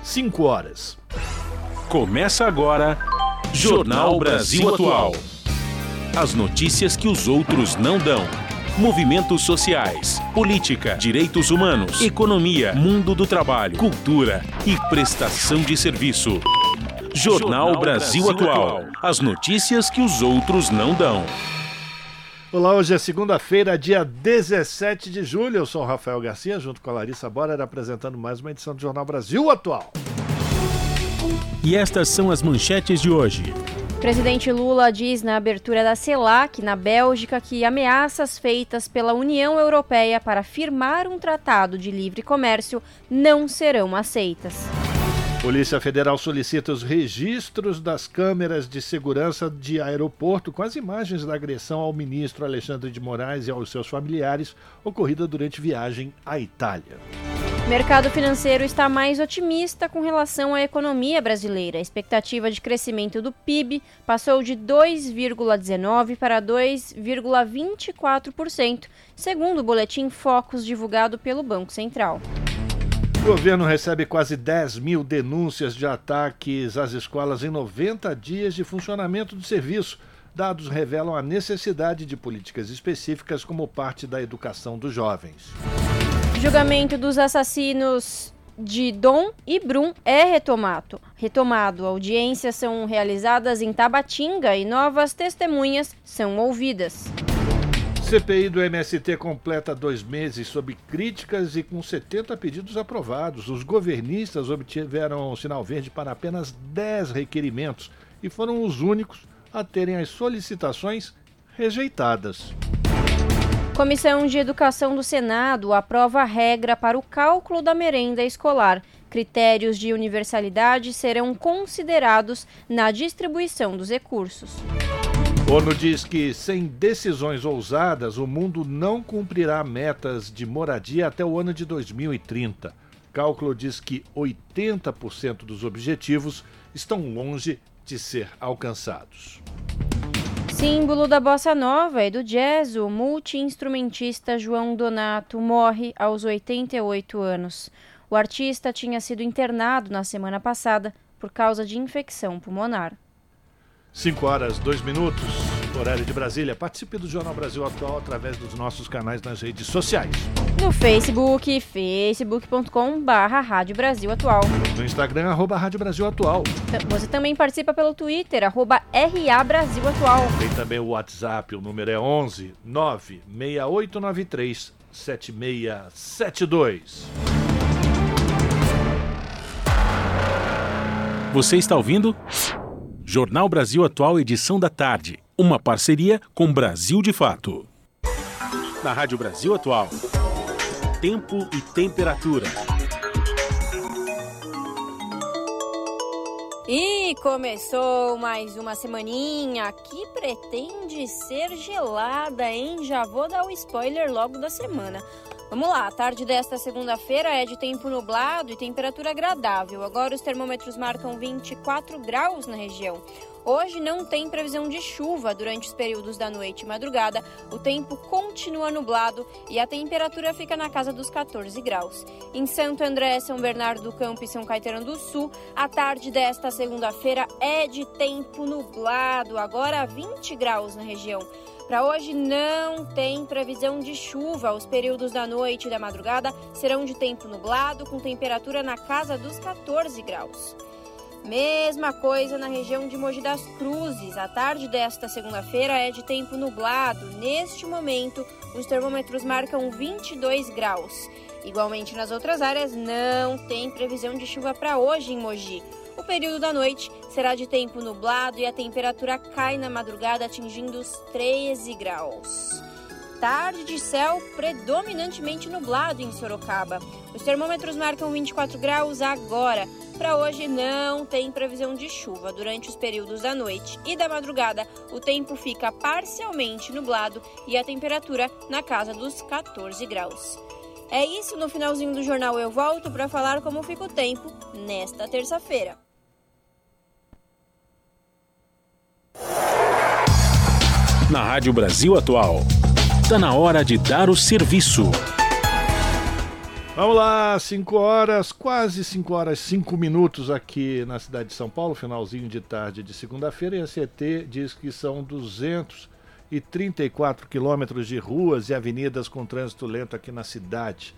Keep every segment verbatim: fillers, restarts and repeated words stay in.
cinco horas. Começa agora, Jornal Brasil Atual. As notícias que os outros não dão. Movimentos sociais, política, direitos humanos, economia, mundo do trabalho, cultura e prestação de serviço. Jornal, Jornal Brasil, Brasil Atual. Atual. As notícias que os outros não dão. Olá, hoje é segunda-feira, dia dezessete de julho. Eu sou o Rafael Garcia, junto com a Larissa Borer, apresentando mais uma edição do Jornal Brasil Atual. E estas são as manchetes de hoje. Presidente Lula diz na abertura da CELAC, na Bélgica, que ameaças feitas pela União Europeia para firmar um tratado de livre comércio não serão aceitas. Polícia Federal solicita os registros das câmeras de segurança de aeroporto com as imagens da agressão ao ministro Alexandre de Moraes e aos seus familiares, ocorrida durante viagem à Itália. O mercado financeiro está mais otimista com relação à economia brasileira. A expectativa de crescimento do P I B passou de dois vírgula dezenove por cento para dois vírgula vinte e quatro por cento, segundo o boletim Focus divulgado pelo Banco Central. O governo recebe quase dez mil denúncias de ataques às escolas em noventa dias de funcionamento do serviço. Dados revelam a necessidade de políticas específicas como parte da educação dos jovens. O julgamento dos assassinos de Dom e Brum é retomado. retomado. Audiências são realizadas em Tabatinga e novas testemunhas são ouvidas. C P I do M S T completa dois meses sob críticas e com setenta pedidos aprovados. Os governistas obtiveram sinal verde para apenas dez requerimentos e foram os únicos a terem as solicitações rejeitadas. Comissão de Educação do Senado aprova a regra para o cálculo da merenda escolar. Critérios de universalidade serão considerados na distribuição dos recursos. ONU diz que, sem decisões ousadas, o mundo não cumprirá metas de moradia até o ano de dois mil e trinta. Cálculo diz que oitenta por cento dos objetivos estão longe de ser alcançados. Símbolo da bossa nova e do jazz, o multi-instrumentista João Donato morre aos oitenta e oito anos. O artista tinha sido internado na semana passada por causa de infecção pulmonar. cinco horas, dois minutos, horário de Brasília. Participe do Jornal Brasil Atual através dos nossos canais nas redes sociais. No Facebook, facebook ponto com barra Rádio Brasil Atual. No Instagram, arroba Rádio Brasil Atual. Você também participa pelo Twitter, arroba R A Brasil Atual. Tem também o WhatsApp, o número é onze nove seis oito nove três sete seis sete dois. Você está ouvindo? Jornal Brasil Atual, edição da tarde. Uma parceria com Brasil de Fato. Na Rádio Brasil Atual. Tempo e temperatura. E começou mais uma semaninha que pretende ser gelada, hein? Já vou dar o spoiler logo da semana. Vamos lá, a tarde desta segunda-feira é de tempo nublado e temperatura agradável. Agora os termômetros marcam vinte e quatro graus na região. Hoje não tem previsão de chuva durante os períodos da noite e madrugada. O tempo continua nublado e a temperatura fica na casa dos catorze graus. Em Santo André, São Bernardo do Campo e São Caetano do Sul, a tarde desta segunda-feira é de tempo nublado. Agora vinte graus na região. Para hoje não tem previsão de chuva. Os períodos da noite e da madrugada serão de tempo nublado, com temperatura na casa dos catorze graus. Mesma coisa na região de Mogi das Cruzes. A tarde desta segunda-feira é de tempo nublado. Neste momento, os termômetros marcam vinte e dois graus. Igualmente nas outras áreas, não tem previsão de chuva para hoje em Mogi. O período da noite será de tempo nublado e a temperatura cai na madrugada, atingindo os treze graus. Tarde de céu predominantemente nublado em Sorocaba. Os termômetros marcam vinte e quatro graus agora. Para hoje não tem previsão de chuva. Durante os períodos da noite e da madrugada, o tempo fica parcialmente nublado e a temperatura na casa dos catorze graus. É isso, no finalzinho do jornal eu volto para falar como fica o tempo nesta terça-feira. Na Rádio Brasil Atual, está na hora de dar o serviço. Vamos lá, cinco horas, quase cinco horas, cinco minutos aqui na cidade de São Paulo, finalzinho de tarde de segunda-feira, e a C E T diz que são duzentos e trinta e quatro quilômetros de ruas e avenidas com trânsito lento aqui na cidade.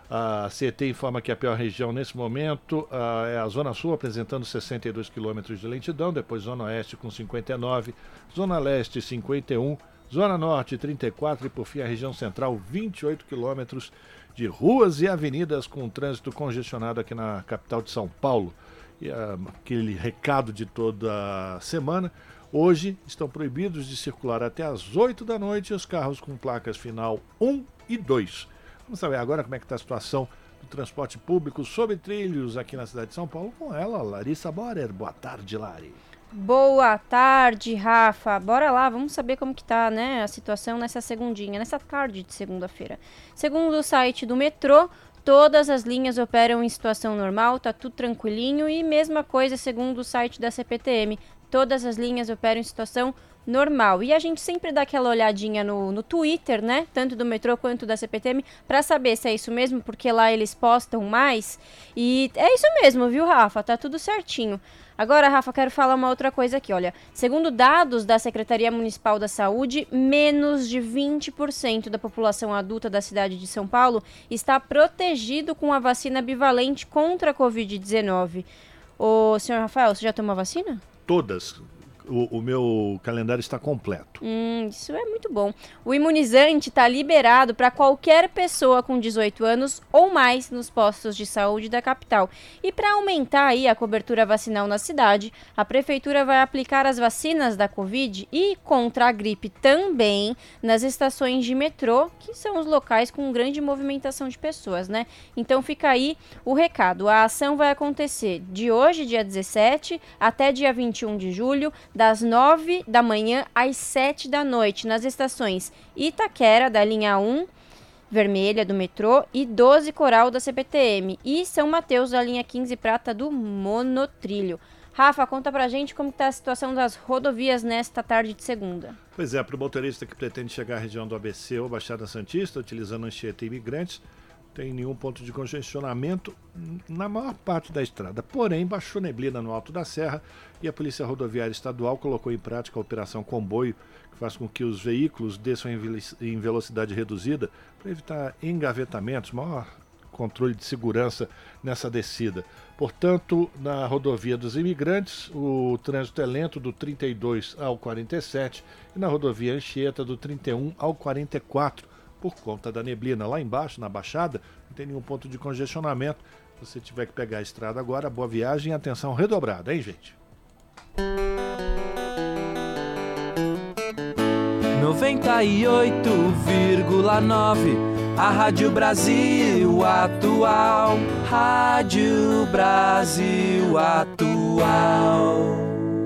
A C E T informa que a pior região nesse momento uh, é a Zona Sul, apresentando sessenta e dois quilômetros de lentidão, depois Zona Oeste com cinquenta e nove, Zona Leste cinquenta e um, Zona Norte trinta e quatro e por fim a região central vinte e oito quilômetros de ruas e avenidas com trânsito congestionado aqui na capital de São Paulo. E uh, aquele recado de toda semana, hoje estão proibidos de circular até às oito da noite os carros com placas final um e dois. Vamos saber agora como é que está a situação do transporte público sobre trilhos aqui na cidade de São Paulo com ela, Larissa Borer. Boa tarde, Lari. Boa tarde, Rafa. Bora lá, vamos saber como que tá, né, a situação nessa segundinha, nessa tarde de segunda-feira. Segundo o site do metrô, todas as linhas operam em situação normal, tá tudo tranquilinho, e mesma coisa segundo o site da C P T M. Todas as linhas operam em situação normal. E a gente sempre dá aquela olhadinha no, no Twitter, né? Tanto do metrô quanto da C P T M, para saber se é isso mesmo, porque lá eles postam mais. E é isso mesmo, viu, Rafa? Tá tudo certinho. Agora, Rafa, quero falar uma outra coisa aqui, olha. Segundo dados da Secretaria Municipal da Saúde, menos de vinte por cento da população adulta da cidade de São Paulo está protegido com a vacina bivalente contra a covid dezenove. Ô, senhor Rafael, você já tomou a vacina? Todas. O, o meu calendário está completo. Hum, isso é muito bom. O imunizante está liberado para qualquer pessoa com dezoito anos ou mais nos postos de saúde da capital. E para aumentar aí a cobertura vacinal na cidade, a prefeitura vai aplicar as vacinas da Covid e contra a gripe também nas estações de metrô, que são os locais com grande movimentação de pessoas, né? Então fica aí o recado. A ação vai acontecer de hoje, dia dezessete, até dia vinte e um de julho, das nove da manhã às sete da noite, nas estações Itaquera, da linha um, vermelha do metrô, e doze Coral da C P T M, e São Mateus, da linha quinze Prata do monotrilho. Rafa, conta pra gente como está a situação das rodovias nesta tarde de segunda. Pois é, para o motorista que pretende chegar à região do A B C ou Baixada Santista, utilizando Anchieta e Imigrantes, tem nenhum ponto de congestionamento na maior parte da estrada. Porém, baixou neblina no alto da serra e a Polícia Rodoviária Estadual colocou em prática a Operação Comboio, que faz com que os veículos desçam em velocidade reduzida para evitar engavetamentos, maior controle de segurança nessa descida. Portanto, na rodovia dos Imigrantes, o trânsito é lento do trinta e dois ao quarenta e sete e na rodovia Anchieta do trinta e um ao quarenta e quatro. Por conta da neblina. Lá embaixo, na Baixada, não tem nenhum ponto de congestionamento. Se você tiver que pegar a estrada agora, boa viagem e atenção redobrada, hein, gente? noventa e oito vírgula nove A Rádio Brasil Atual. Rádio Brasil Atual.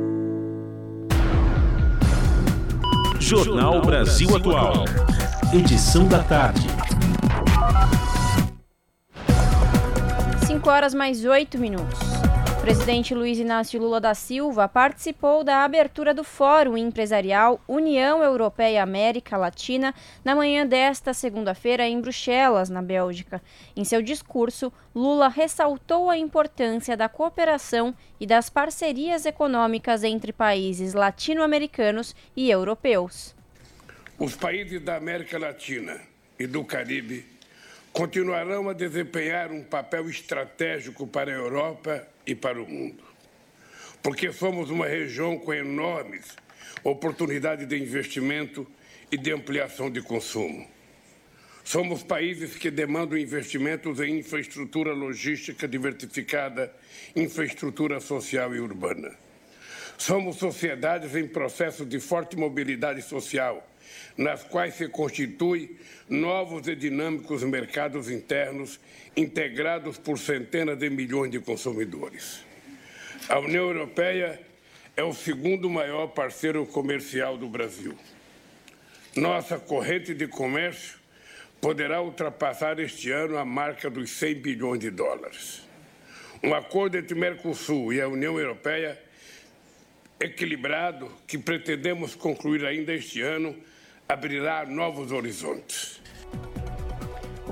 Jornal Brasil Atual. Edição da tarde. cinco horas mais oito minutos. O presidente Luiz Inácio Lula da Silva participou da abertura do Fórum Empresarial União Europeia América Latina na manhã desta segunda-feira em Bruxelas, na Bélgica. Em seu discurso, Lula ressaltou a importância da cooperação e das parcerias econômicas entre países latino-americanos e europeus. Os países da América Latina e do Caribe continuarão a desempenhar um papel estratégico para a Europa e para o mundo, porque somos uma região com enormes oportunidades de investimento e de ampliação de consumo. Somos países que demandam investimentos em infraestrutura logística diversificada, infraestrutura social e urbana. Somos sociedades em processo de forte mobilidade social, nas quais se constituem novos e dinâmicos mercados internos integrados por centenas de milhões de consumidores. A União Europeia é o segundo maior parceiro comercial do Brasil. Nossa corrente de comércio poderá ultrapassar este ano a marca dos cem bilhões de dólares. Um acordo entre Mercosul e a União Europeia equilibrado, que pretendemos concluir ainda este ano, abrirá novos horizontes. O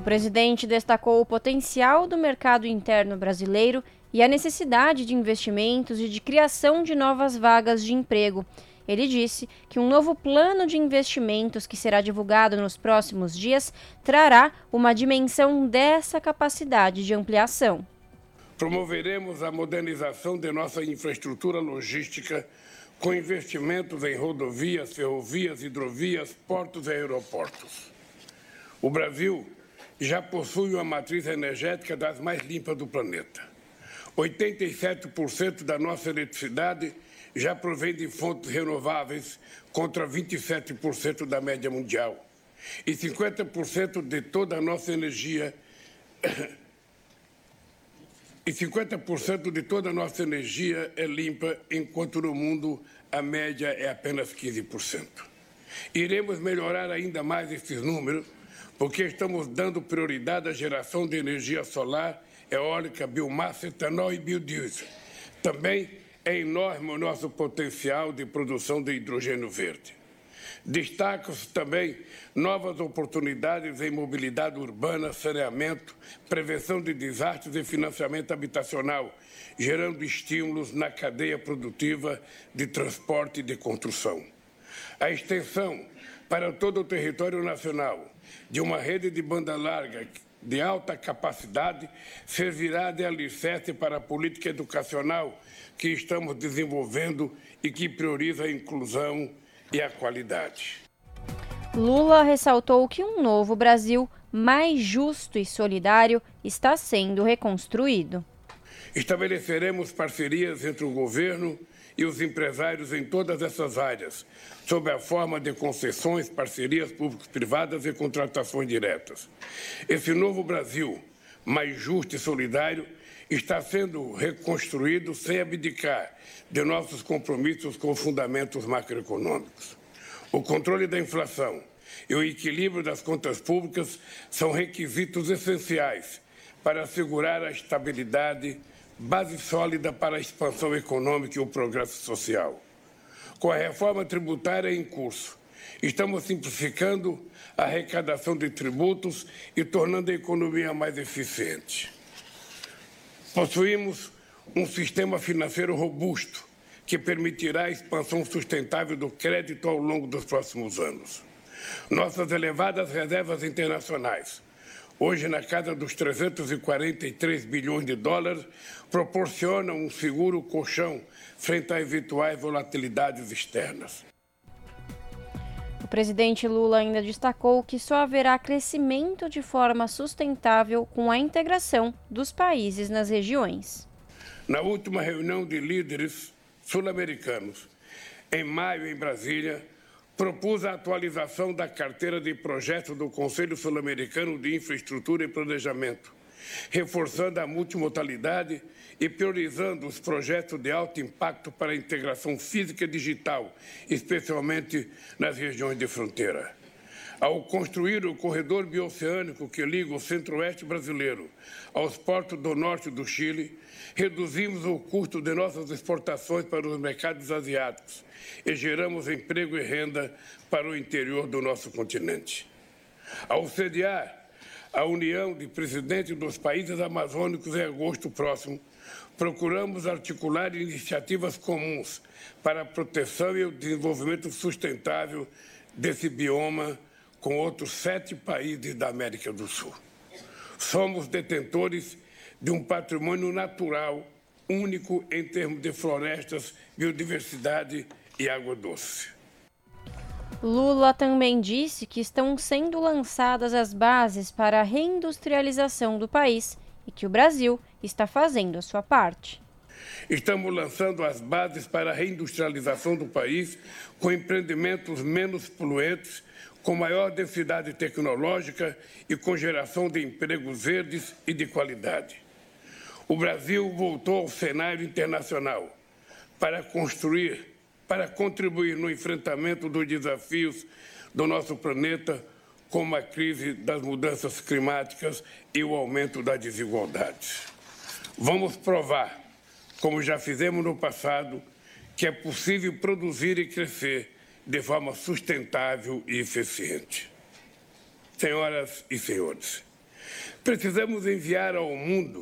presidente destacou o potencial do mercado interno brasileiro e a necessidade de investimentos e de criação de novas vagas de emprego. Ele disse que um novo plano de investimentos que será divulgado nos próximos dias trará uma dimensão dessa capacidade de ampliação. Promoveremos a modernização de nossa infraestrutura logística com investimentos em rodovias, ferrovias, hidrovias, portos e aeroportos. O Brasil já possui uma matriz energética das mais limpas do planeta. oitenta e sete por cento da nossa eletricidade já provém de fontes renováveis, contra vinte e sete por cento da média mundial. E cinquenta por cento de toda a nossa energia e cinquenta por cento de toda a nossa energia é limpa, enquanto no mundo a média é apenas quinze por cento. Iremos melhorar ainda mais esses números, porque estamos dando prioridade à geração de energia solar, eólica, biomassa, etanol e biodiesel. Também é enorme o nosso potencial de produção de hidrogênio verde. Destacam-se também novas oportunidades em mobilidade urbana, saneamento, prevenção de desastres e financiamento habitacional, gerando estímulos na cadeia produtiva de transporte e de construção. A extensão para todo o território nacional de uma rede de banda larga de alta capacidade servirá de alicerce para a política educacional que estamos desenvolvendo e que prioriza a inclusão e a qualidade. Lula ressaltou que um novo Brasil mais justo e solidário está sendo reconstruído. Estabeleceremos parcerias entre o governo e os empresários em todas essas áreas, sob a forma de concessões, parcerias público-privadas e contratações diretas. Esse novo Brasil, mais justo e solidário, está sendo reconstruído sem abdicar de nossos compromissos com fundamentos macroeconômicos. O controle da inflação e o equilíbrio das contas públicas são requisitos essenciais para assegurar a estabilidade, base sólida para a expansão econômica e o progresso social. Com a reforma tributária em curso, estamos simplificando a arrecadação de tributos e tornando a economia mais eficiente. Possuímos um sistema financeiro robusto que permitirá a expansão sustentável do crédito ao longo dos próximos anos. Nossas elevadas reservas internacionais, hoje na casa dos trezentos e quarenta e três bilhões de dólares, proporcionam um seguro colchão frente a eventuais volatilidades externas. O presidente Lula ainda destacou que só haverá crescimento de forma sustentável com a integração dos países nas regiões. Na última reunião de líderes sul-americanos, em maio, em Brasília, propus a atualização da carteira de projetos do Conselho Sul-Americano de Infraestrutura e Planejamento, reforçando a multimodalidade e priorizando os projetos de alto impacto para a integração física e digital, especialmente nas regiões de fronteira. Ao construir o corredor bioceânico que liga o centro-oeste brasileiro aos portos do norte do Chile, reduzimos o custo de nossas exportações para os mercados asiáticos e geramos emprego e renda para o interior do nosso continente. Ao sediar a União de Presidentes dos Países Amazônicos em agosto próximo, procuramos articular iniciativas comuns para a proteção e o desenvolvimento sustentável desse bioma com outros sete países da América do Sul. Somos detentores de um patrimônio natural único em termos de florestas, biodiversidade e água doce. Lula também disse que estão sendo lançadas as bases para a reindustrialização do país e que o Brasil está fazendo a sua parte. Estamos lançando as bases para a reindustrialização do país com empreendimentos menos poluentes, com maior densidade tecnológica e com geração de empregos verdes e de qualidade. O Brasil voltou ao cenário internacional para construir, para contribuir no enfrentamento dos desafios do nosso planeta, como a crise das mudanças climáticas e o aumento da desigualdade. Vamos provar, como já fizemos no passado, que é possível produzir e crescer de forma sustentável e eficiente. Senhoras e senhores, Precisamos enviar ao mundo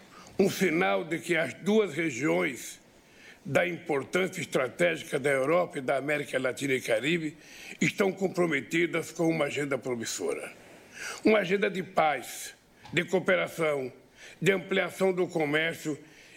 um sinal de que as duas regiões da importância estratégica da Europa e da América Latina e Caribe estão comprometidas com uma agenda promissora. Uma agenda de paz, de cooperação, de ampliação do comércio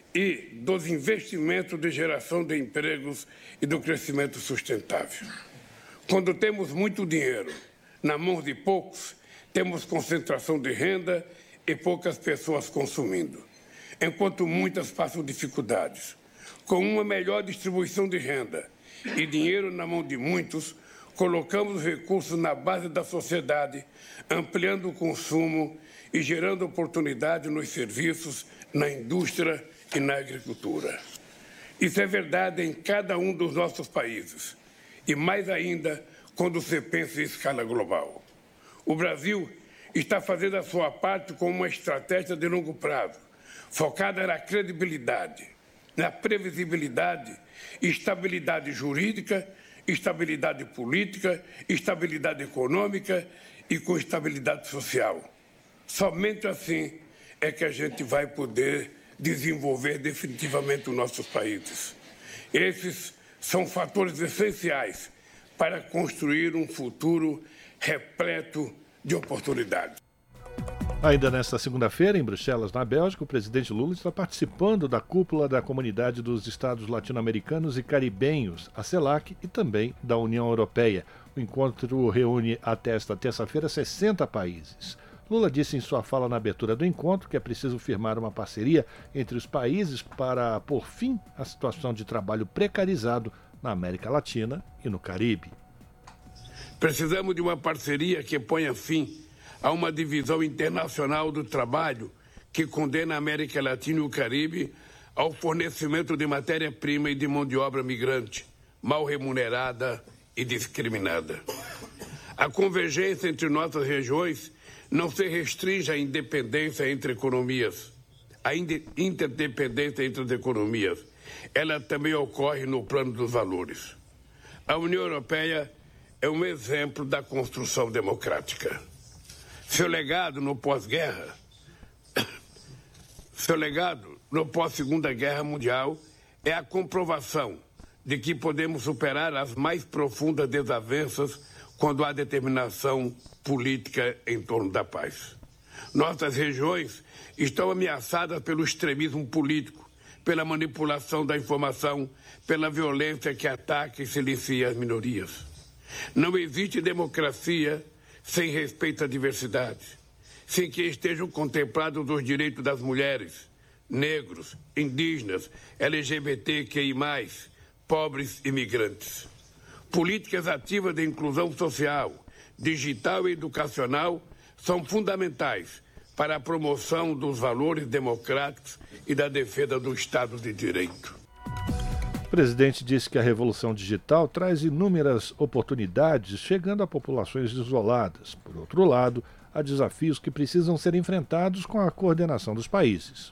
e dos investimentos de geração de empregos e do crescimento sustentável. Quando temos muito dinheiro na mão de poucos, temos concentração de renda e poucas pessoas consumindo, enquanto muitas passam dificuldades. Com uma melhor distribuição de renda e dinheiro na mão de muitos, colocamos recursos na base da sociedade, ampliando o consumo e gerando oportunidade nos serviços, na indústria e na agricultura. Isso é verdade em cada um dos nossos países, e mais ainda quando se pensa em escala global. O Brasil está fazendo a sua parte com uma estratégia de longo prazo, focada na credibilidade, na previsibilidade, estabilidade jurídica, estabilidade política, estabilidade econômica e com estabilidade social. Somente assim é que a gente vai poder desenvolver definitivamente os nossos países. Esses são fatores essenciais para construir um futuro repleto de oportunidades. Ainda nesta segunda-feira, em Bruxelas, na Bélgica, o presidente Lula está participando da cúpula da Comunidade dos Estados Latino-Americanos e Caribenhos, a CELAC, e também da União Europeia. O encontro reúne até esta terça-feira sessenta países. Lula disse em sua fala na abertura do encontro que é preciso firmar uma parceria entre os países para pôr fim à situação de trabalho precarizado na América Latina e no Caribe. Precisamos de uma parceria que ponha fim a uma divisão internacional do trabalho que condena a América Latina e o Caribe ao fornecimento de matéria-prima e de mão de obra migrante, mal remunerada e discriminada. A convergência entre nossas regiões não se restringe à independência entre economias, à interdependência entre as economias. Ela também ocorre no plano dos valores. A União Europeia é um exemplo da construção democrática. Seu legado no pós-guerra, seu legado no pós-Segunda Guerra Mundial é a comprovação de que podemos superar as mais profundas desavenças quando há determinação política em torno da paz. Nossas regiões estão ameaçadas pelo extremismo político, pela manipulação da informação, pela violência que ataca e silencia as minorias. Não existe democracia sem respeito à diversidade, sem que estejam contemplados os direitos das mulheres, negros, indígenas, L G B T Q I mais, pobres e migrantes. Políticas ativas de inclusão social, digital e educacional são fundamentais para a promoção dos valores democráticos e da defesa do Estado de Direito. O presidente disse que a revolução digital traz inúmeras oportunidades, chegando a populações isoladas. Por outro lado, há desafios que precisam ser enfrentados com a coordenação dos países.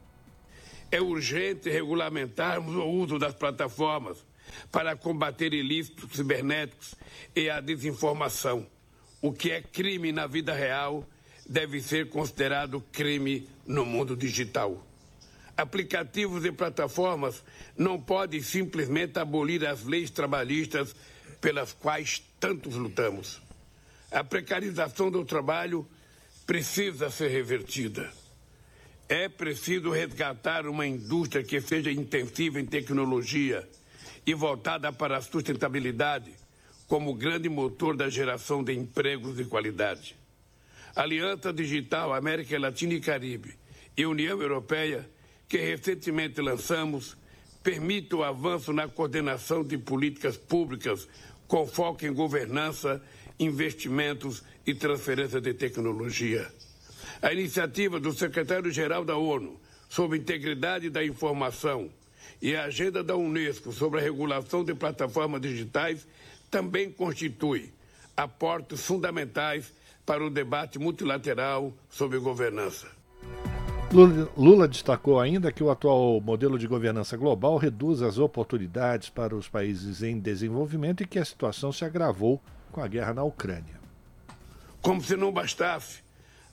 É urgente regulamentarmos o uso das plataformas para combater ilícitos cibernéticos e a desinformação. O que é crime na vida real deve ser considerado crime no mundo digital. Aplicativos e plataformas não podem simplesmente abolir as leis trabalhistas pelas quais tantos lutamos. A precarização do trabalho precisa ser revertida. É preciso resgatar uma indústria que seja intensiva em tecnologia e voltada para a sustentabilidade como grande motor da geração de empregos de qualidade. A Aliança Digital América Latina e Caribe e União Europeia, que recentemente lançamos, permite o avanço na coordenação de políticas públicas com foco em governança, investimentos e transferência de tecnologia. A iniciativa do secretário-geral da ONU sobre integridade da informação e a agenda da Unesco sobre a regulação de plataformas digitais também constitui aportes fundamentais para o debate multilateral sobre governança. Lula, Lula destacou ainda que o atual modelo de governança global reduz as oportunidades para os países em desenvolvimento e que a situação se agravou com a guerra na Ucrânia. Como se não bastasse,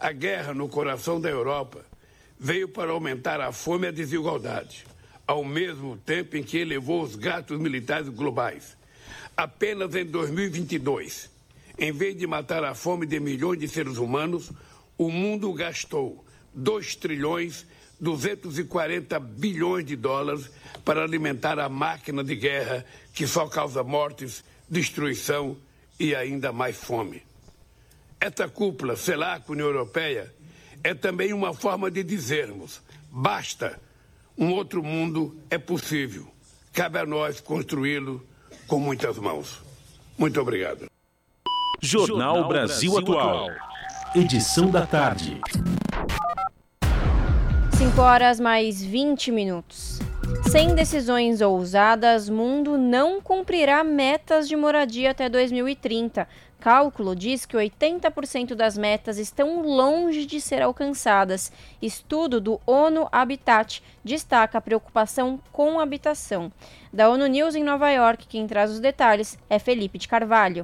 A guerra no coração da Europa veio para aumentar a fome e a desigualdade, ao mesmo tempo em que elevou os gastos militares globais. Apenas em dois mil e vinte e dois, em vez de matar a fome de milhões de seres humanos, o mundo gastou dois trilhões duzentos e quarenta bilhões de dólares para alimentar a máquina de guerra que só causa mortes, destruição e ainda mais fome. Essa cúpula, CELAC, União Europeia, é também uma forma de dizermos: basta, um outro mundo é possível. Cabe a nós construí-lo com muitas mãos. Muito obrigado. Jornal Brasil Atual. Edição da tarde. cinco horas mais vinte minutos. Sem decisões ousadas, mundo não cumprirá metas de moradia até dois mil e trinta. Cálculo diz que oitenta por cento das metas estão longe de ser alcançadas. Estudo do ONU Habitat destaca a preocupação com a habitação. Da ONU News em Nova York, quem traz os detalhes é Felipe de Carvalho.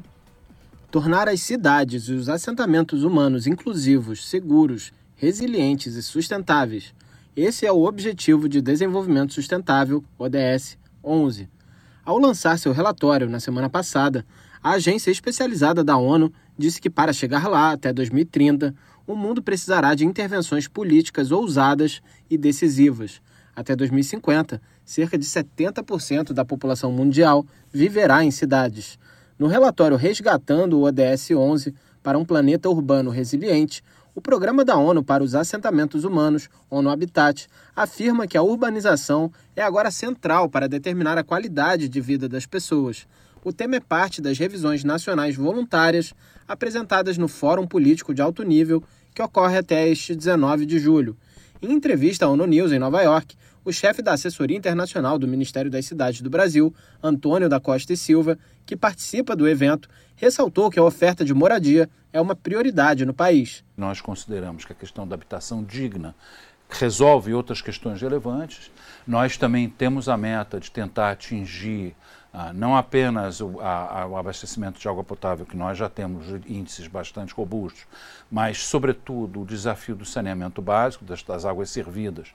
Tornar as cidades e os assentamentos humanos inclusivos, seguros, resilientes e sustentáveis. Esse é o Objetivo de Desenvolvimento Sustentável, O D S onze. Ao lançar seu relatório na semana passada, a agência especializada da ONU disse que para chegar lá, até dois mil e trinta, o mundo precisará de intervenções políticas ousadas e decisivas. Até dois mil e cinquenta, cerca de setenta por cento da população mundial viverá em cidades. No relatório Resgatando o O D S onze para um planeta urbano resiliente, o Programa da ONU para os Assentamentos Humanos, ONU Habitat, afirma que a urbanização é agora central para determinar a qualidade de vida das pessoas. O tema é parte das revisões nacionais voluntárias apresentadas no Fórum Político de Alto Nível, que ocorre até este dezenove de julho. Em entrevista à ONU News em Nova York, o chefe da Assessoria Internacional do Ministério das Cidades do Brasil, Antônio da Costa e Silva, que participa do evento, ressaltou que a oferta de moradia é uma prioridade no país. Nós consideramos que a questão da habitação digna resolve outras questões relevantes. Nós também temos a meta de tentar atingir ah, não apenas o, a, a, o abastecimento de água potável, que nós já temos índices bastante robustos, mas, sobretudo, o desafio do saneamento básico, das, das águas servidas,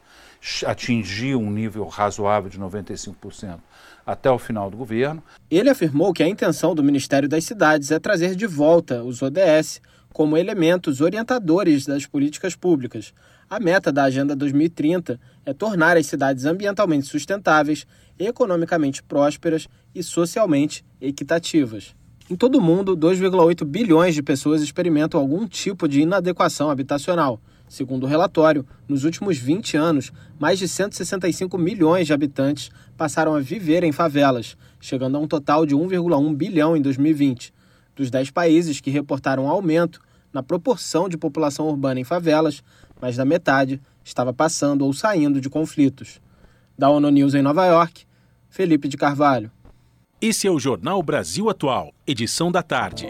atingir um nível razoável de noventa e cinco por cento até o final do governo. Ele afirmou que a intenção do Ministério das Cidades é trazer de volta os O D S como elementos orientadores das políticas públicas. A meta da Agenda dois mil e trinta é tornar as cidades ambientalmente sustentáveis, economicamente prósperas e socialmente equitativas. Em todo o mundo, dois vírgula oito bilhões de pessoas experimentam algum tipo de inadequação habitacional. Segundo o relatório, nos últimos vinte anos, mais de cento e sessenta e cinco milhões de habitantes passaram a viver em favelas, chegando a um total de um vírgula um bilhão em dois mil e vinte. Dos dez países que reportaram aumento na proporção de população urbana em favelas, mais da metade estava passando ou saindo de conflitos. Da ONU News em Nova York, Felipe de Carvalho. Esse é o Jornal Brasil Atual, edição da tarde.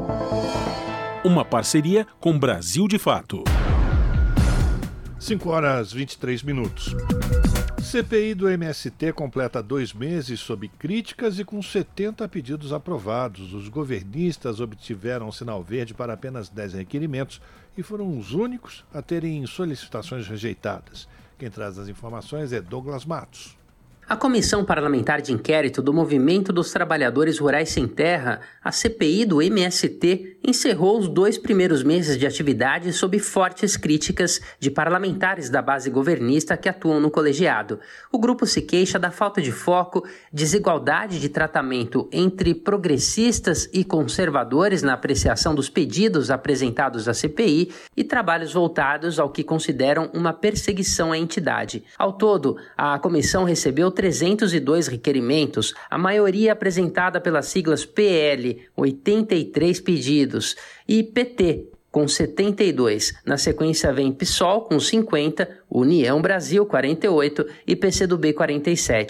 Uma parceria com Brasil de Fato. cinco horas e vinte e três minutos. C P I do M S T completa dois meses sob críticas e com setenta pedidos aprovados. Os governistas obtiveram sinal verde para apenas dez requerimentos e foram os únicos a terem solicitações rejeitadas. Quem traz as informações é Douglas Matos. A Comissão Parlamentar de Inquérito do Movimento dos Trabalhadores Rurais Sem Terra, a C P I do M S T, encerrou os dois primeiros meses de atividade sob fortes críticas de parlamentares da base governista que atuam no colegiado. O grupo se queixa da falta de foco, desigualdade de tratamento entre progressistas e conservadores na apreciação dos pedidos apresentados à C P I e trabalhos voltados ao que consideram uma perseguição à entidade. Ao todo, a comissão recebeu trezentos e dois requerimentos, a maioria apresentada pelas siglas P L, oitenta e três pedidos, e P T, com setenta e dois. Na sequência vem PSOL, com cinquenta, União Brasil, quarenta e oito e P C do B, quarenta e sete.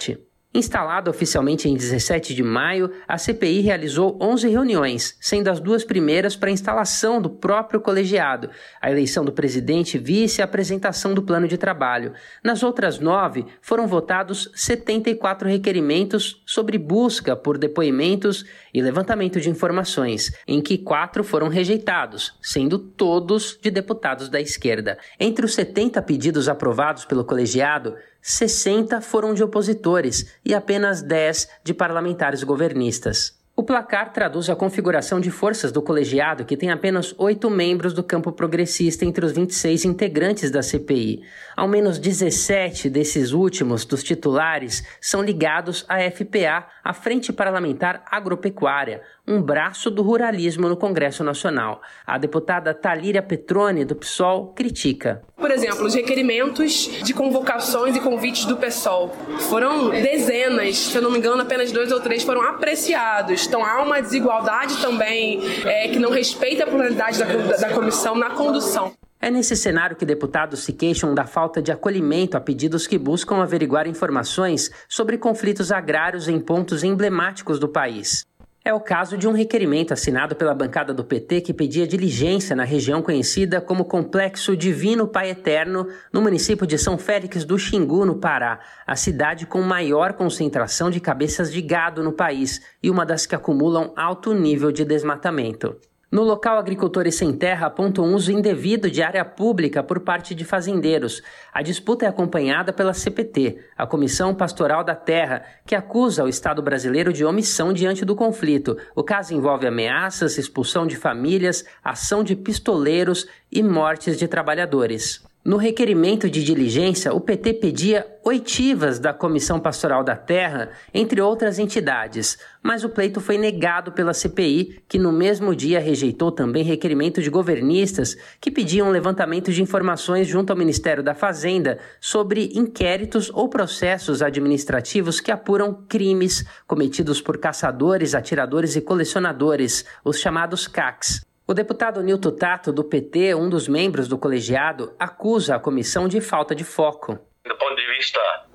Instalada oficialmente em dezessete de maio, a C P I realizou onze reuniões, sendo as duas primeiras para a instalação do próprio colegiado, a eleição do presidente e vice e a apresentação do plano de trabalho. Nas outras nove, foram votados setenta e quatro requerimentos sobre busca por depoimentos e levantamento de informações, em que quatro foram rejeitados, sendo todos de deputados da esquerda. Entre os setenta pedidos aprovados pelo colegiado, sessenta foram de opositores e apenas dez de parlamentares governistas. O placar traduz a configuração de forças do colegiado, que tem apenas oito membros do campo progressista entre os vinte e seis integrantes da C P I. Ao menos dezessete desses últimos, dos titulares, são ligados à F P A, a Frente Parlamentar Agropecuária, um braço do ruralismo no Congresso Nacional. A deputada Talíria Petroni, do P SOL, critica. Por exemplo, os requerimentos de convocações e convites do P SOL. Foram dezenas, se eu não me engano, apenas dois ou três foram apreciados. Então há uma desigualdade também é, que não respeita a pluralidade da, da comissão na condução. É nesse cenário que deputados se queixam da falta de acolhimento a pedidos que buscam averiguar informações sobre conflitos agrários em pontos emblemáticos do país. É o caso de um requerimento assinado pela bancada do P T que pedia diligência na região conhecida como Complexo Divino Pai Eterno, no município de São Félix do Xingu, no Pará, a cidade com maior concentração de cabeças de gado no país e uma das que acumulam alto nível de desmatamento. No local, agricultores sem terra apontam um uso indevido de área pública por parte de fazendeiros. A disputa é acompanhada pela C P T, a Comissão Pastoral da Terra, que acusa o Estado brasileiro de omissão diante do conflito. O caso envolve ameaças, expulsão de famílias, ação de pistoleiros e mortes de trabalhadores. No requerimento de diligência, o P T pedia oitivas da Comissão Pastoral da Terra, entre outras entidades, mas o pleito foi negado pela C P I, que no mesmo dia rejeitou também requerimento de governistas que pediam levantamento de informações junto ao Ministério da Fazenda sobre inquéritos ou processos administrativos que apuram crimes cometidos por caçadores, atiradores e colecionadores, os chamados C A Cs. O deputado Nilton Tato, do P T, um dos membros do colegiado, acusa a comissão de falta de foco. Do ponto de vista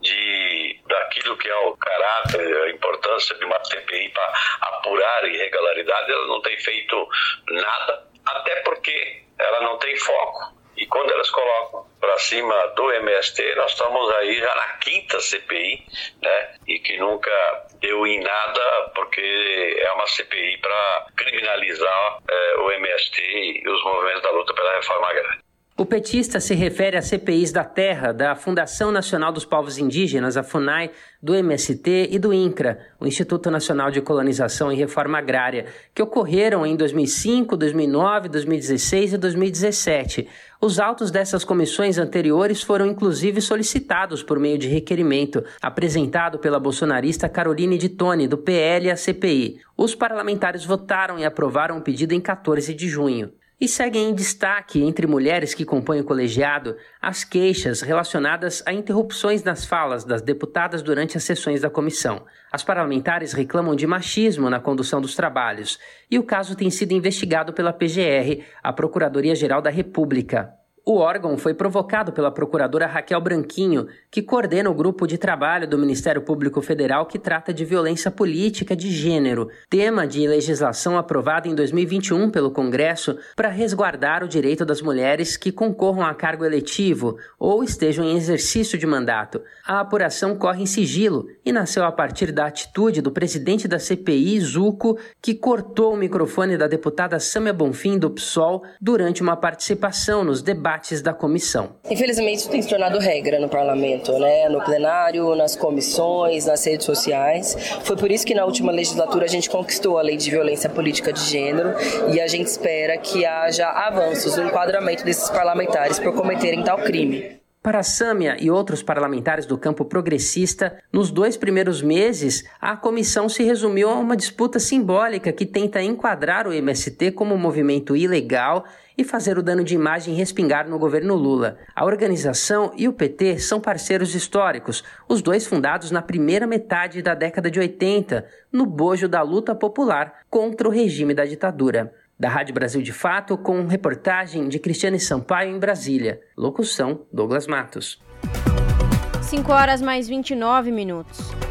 de, daquilo que é o caráter, a importância de uma C P I para apurar irregularidades, ela não tem feito nada, até porque ela não tem foco. E quando elas colocam para cima do M S T, nós estamos aí já na quinta C P I, né? E que nunca deu em nada, porque é uma C P I para criminalizar é, o M S T e os movimentos da luta pela reforma agrária. O petista se refere a C P Is da Terra, da Fundação Nacional dos Povos Indígenas, a FUNAI, do M S T e do INCRA, o Instituto Nacional de Colonização e Reforma Agrária, que ocorreram em dois mil e cinco, dois mil e nove, dois mil e dezesseis e dois mil e dezessete. Os autos dessas comissões anteriores foram inclusive solicitados por meio de requerimento, apresentado pela bolsonarista Caroline de Tone, do P L, à C P I. Os parlamentares votaram e aprovaram o pedido em quatorze de junho. E seguem em destaque, entre mulheres que compõem o colegiado, as queixas relacionadas a interrupções nas falas das deputadas durante as sessões da comissão. As parlamentares reclamam de machismo na condução dos trabalhos, e o caso tem sido investigado pela P G R, a Procuradoria-Geral da República. O órgão foi provocado pela procuradora Raquel Branquinho, que coordena o grupo de trabalho do Ministério Público Federal que trata de violência política de gênero, tema de legislação aprovada em dois mil e vinte e um pelo Congresso para resguardar o direito das mulheres que concorram a cargo eletivo ou estejam em exercício de mandato. A apuração corre em sigilo e nasceu a partir da atitude do presidente da C P I, Zucco, que cortou o microfone da deputada Sâmia Bonfim, do P SOL, durante uma participação nos debates da comissão. Infelizmente, isso tem se tornado regra no parlamento, né? No plenário, nas comissões, nas redes sociais. Foi por isso que na última legislatura a gente conquistou a lei de violência política de gênero e a gente espera que haja avanços no enquadramento desses parlamentares por cometerem tal crime. Para Sâmia e outros parlamentares do campo progressista, nos dois primeiros meses, a comissão se resumiu a uma disputa simbólica que tenta enquadrar o M S T como um movimento ilegal e fazer o dano de imagem respingar no governo Lula. A organização e o P T são parceiros históricos, os dois fundados na primeira metade da década de oitenta, no bojo da luta popular contra o regime da ditadura. Da Rádio Brasil de Fato, com reportagem de Cristiane Sampaio em Brasília. Locução, Douglas Matos. cinco horas mais vinte e nove minutos.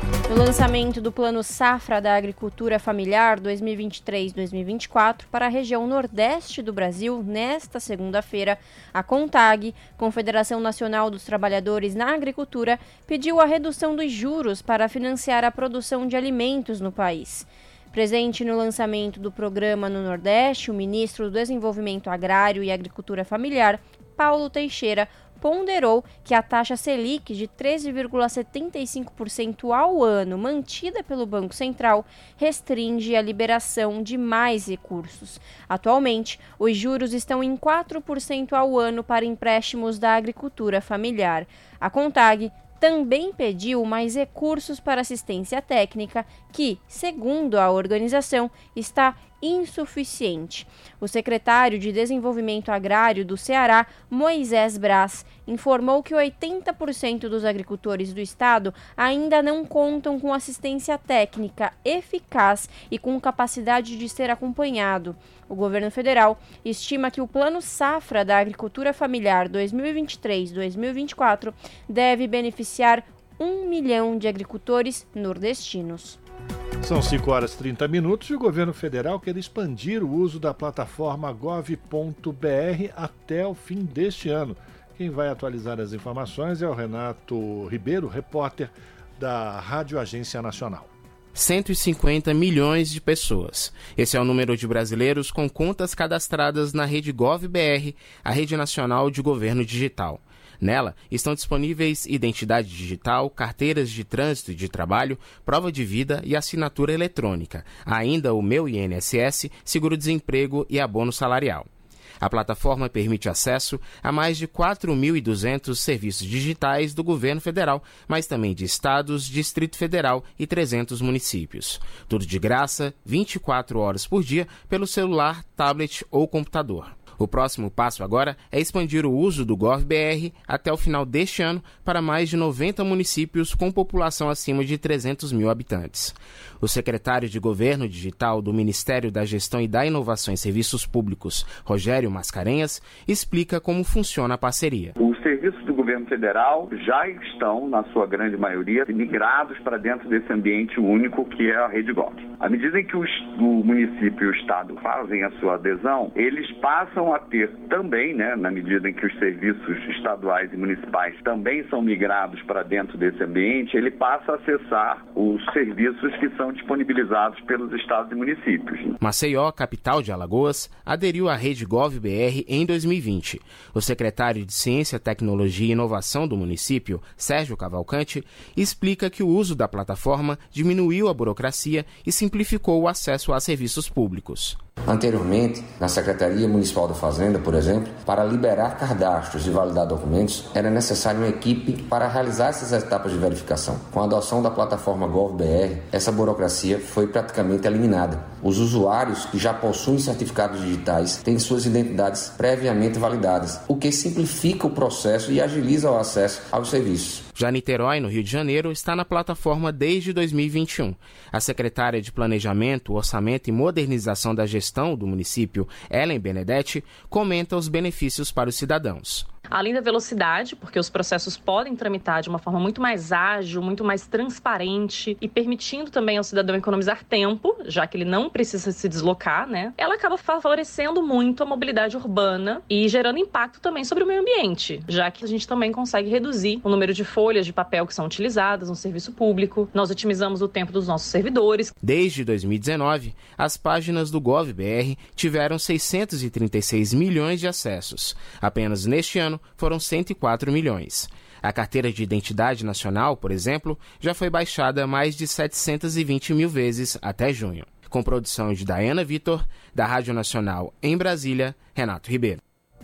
No lançamento do Plano Safra da Agricultura Familiar dois mil e vinte e três a dois mil e vinte e quatro para a região nordeste do Brasil, nesta segunda-feira, a CONTAG, Confederação Nacional dos Trabalhadores na Agricultura, pediu a redução dos juros para financiar a produção de alimentos no país. Presente no lançamento do programa no Nordeste, o ministro do Desenvolvimento Agrário e Agricultura Familiar, Paulo Teixeira, ponderou que a taxa Selic de treze vírgula setenta e cinco por cento ao ano, mantida pelo Banco Central, restringe a liberação de mais recursos. Atualmente, os juros estão em quatro por cento ao ano para empréstimos da agricultura familiar. A CONTAG também pediu mais recursos para assistência técnica, que, segundo a organização, está insuficiente. O secretário de Desenvolvimento Agrário do Ceará, Moisés Braz, informou que oitenta por cento dos agricultores do estado ainda não contam com assistência técnica eficaz e com capacidade de ser acompanhado. O governo federal estima que o Plano Safra da Agricultura Familiar dois mil e vinte e três a dois mil e vinte e quatro deve beneficiar um milhão de agricultores nordestinos. São cinco horas e trinta minutos e o governo federal quer expandir o uso da plataforma gov ponto br até o fim deste ano. Quem vai atualizar as informações é o Renato Ribeiro, repórter da Rádio Agência Nacional. cento e cinquenta milhões de pessoas. Esse é o número de brasileiros com contas cadastradas na rede GovBR, a rede nacional de governo digital. Nela estão disponíveis identidade digital, carteiras de trânsito e de trabalho, prova de vida e assinatura eletrônica, ainda o Meu I N S S, seguro-desemprego e abono salarial. A plataforma permite acesso a mais de quatro mil e duzentos serviços digitais do governo federal, mas também de estados, Distrito Federal e trezentos municípios. Tudo de graça, vinte e quatro horas por dia, pelo celular, tablet ou computador. O próximo passo agora é expandir o uso do GovBR até o final deste ano para mais de noventa municípios com população acima de trezentos mil habitantes. O secretário de Governo Digital do Ministério da Gestão e da Inovação em Serviços Públicos, Rogério Mascarenhas, explica como funciona a parceria. Os serviços do governo federal já estão, na sua grande maioria, migrados para dentro desse ambiente único que é a Rede Gov. À medida em que os, o município e o estado fazem a sua adesão, eles passam a ter também, né, na medida em que os serviços estaduais e municipais também são migrados para dentro desse ambiente, ele passa a acessar os serviços que são disponibilizados pelos estados e municípios. Maceió, capital de Alagoas, aderiu à rede GovBR em dois mil e vinte. O secretário de Ciência, Tecnologia e Inovação do município, Sérgio Cavalcante, explica que o uso da plataforma diminuiu a burocracia e simplificou o acesso a serviços públicos. Anteriormente, na Secretaria Municipal da Fazenda, por exemplo, para liberar cadastros e validar documentos, era necessária uma equipe para realizar essas etapas de verificação. Com a adoção da plataforma GovBR, essa burocracia foi praticamente eliminada. Os usuários que já possuem certificados digitais têm suas identidades previamente validadas, o que simplifica o processo e agiliza o acesso aos serviços. Já Niterói, no Rio de Janeiro, está na plataforma desde dois mil e vinte e um. A secretária de Planejamento, Orçamento e Modernização da Gestão do município, Ellen Benedetti, comenta os benefícios para os cidadãos. Além da velocidade, porque os processos podem tramitar de uma forma muito mais ágil, muito mais transparente e permitindo também ao cidadão economizar tempo, já que ele não precisa se deslocar, né? Ela acaba favorecendo muito a mobilidade urbana e gerando impacto também sobre o meio ambiente, já que a gente também consegue reduzir o número de folhas de papel que são utilizadas no serviço público. Nós otimizamos o tempo dos nossos servidores. Desde dois mil e dezenove, as páginas do GovBR tiveram seiscentos e trinta e seis milhões de acessos. Apenas neste ano, foram cento e quatro milhões. A carteira de identidade nacional, por exemplo, já foi baixada mais de setecentos e vinte mil vezes até junho. Com produção de Daiana Vitor, da Rádio Nacional em Brasília, Renato Ribeiro.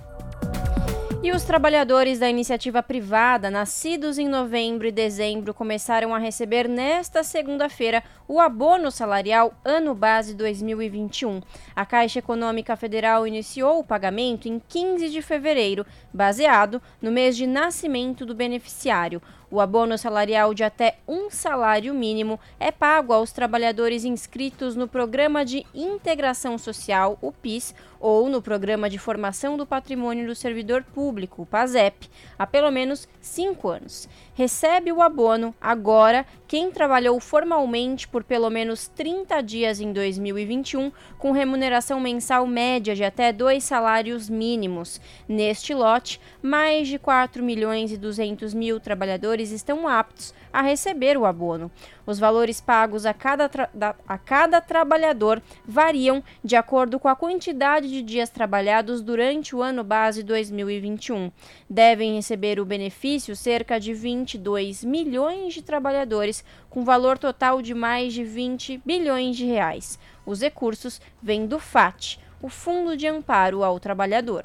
E os trabalhadores da iniciativa privada, nascidos em novembro e dezembro, começaram a receber nesta segunda-feira o abono salarial Ano Base dois mil e vinte e um. A Caixa Econômica Federal iniciou o pagamento em quinze de fevereiro, baseado no mês de nascimento do beneficiário. O abono salarial de até um salário mínimo é pago aos trabalhadores inscritos no Programa de Integração Social, o PIS, ou no Programa de Formação do Patrimônio do Servidor Público, o PASEP, há pelo menos cinco anos. Recebe o abono agora quem trabalhou formalmente por pelo menos trinta dias em dois mil e vinte e um, com remuneração mensal média de até dois salários mínimos. Neste lote, mais de quatro milhões e duzentos mil trabalhadores estão aptos a receber o abono. Os valores pagos a cada, tra- da, a cada trabalhador variam de acordo com a quantidade de dias trabalhados durante o ano base dois mil e vinte e um. Devem receber o benefício cerca de vinte e dois milhões de trabalhadores, com valor total de mais de vinte bilhões de reais. Os recursos vêm do FAT, o Fundo de Amparo ao Trabalhador.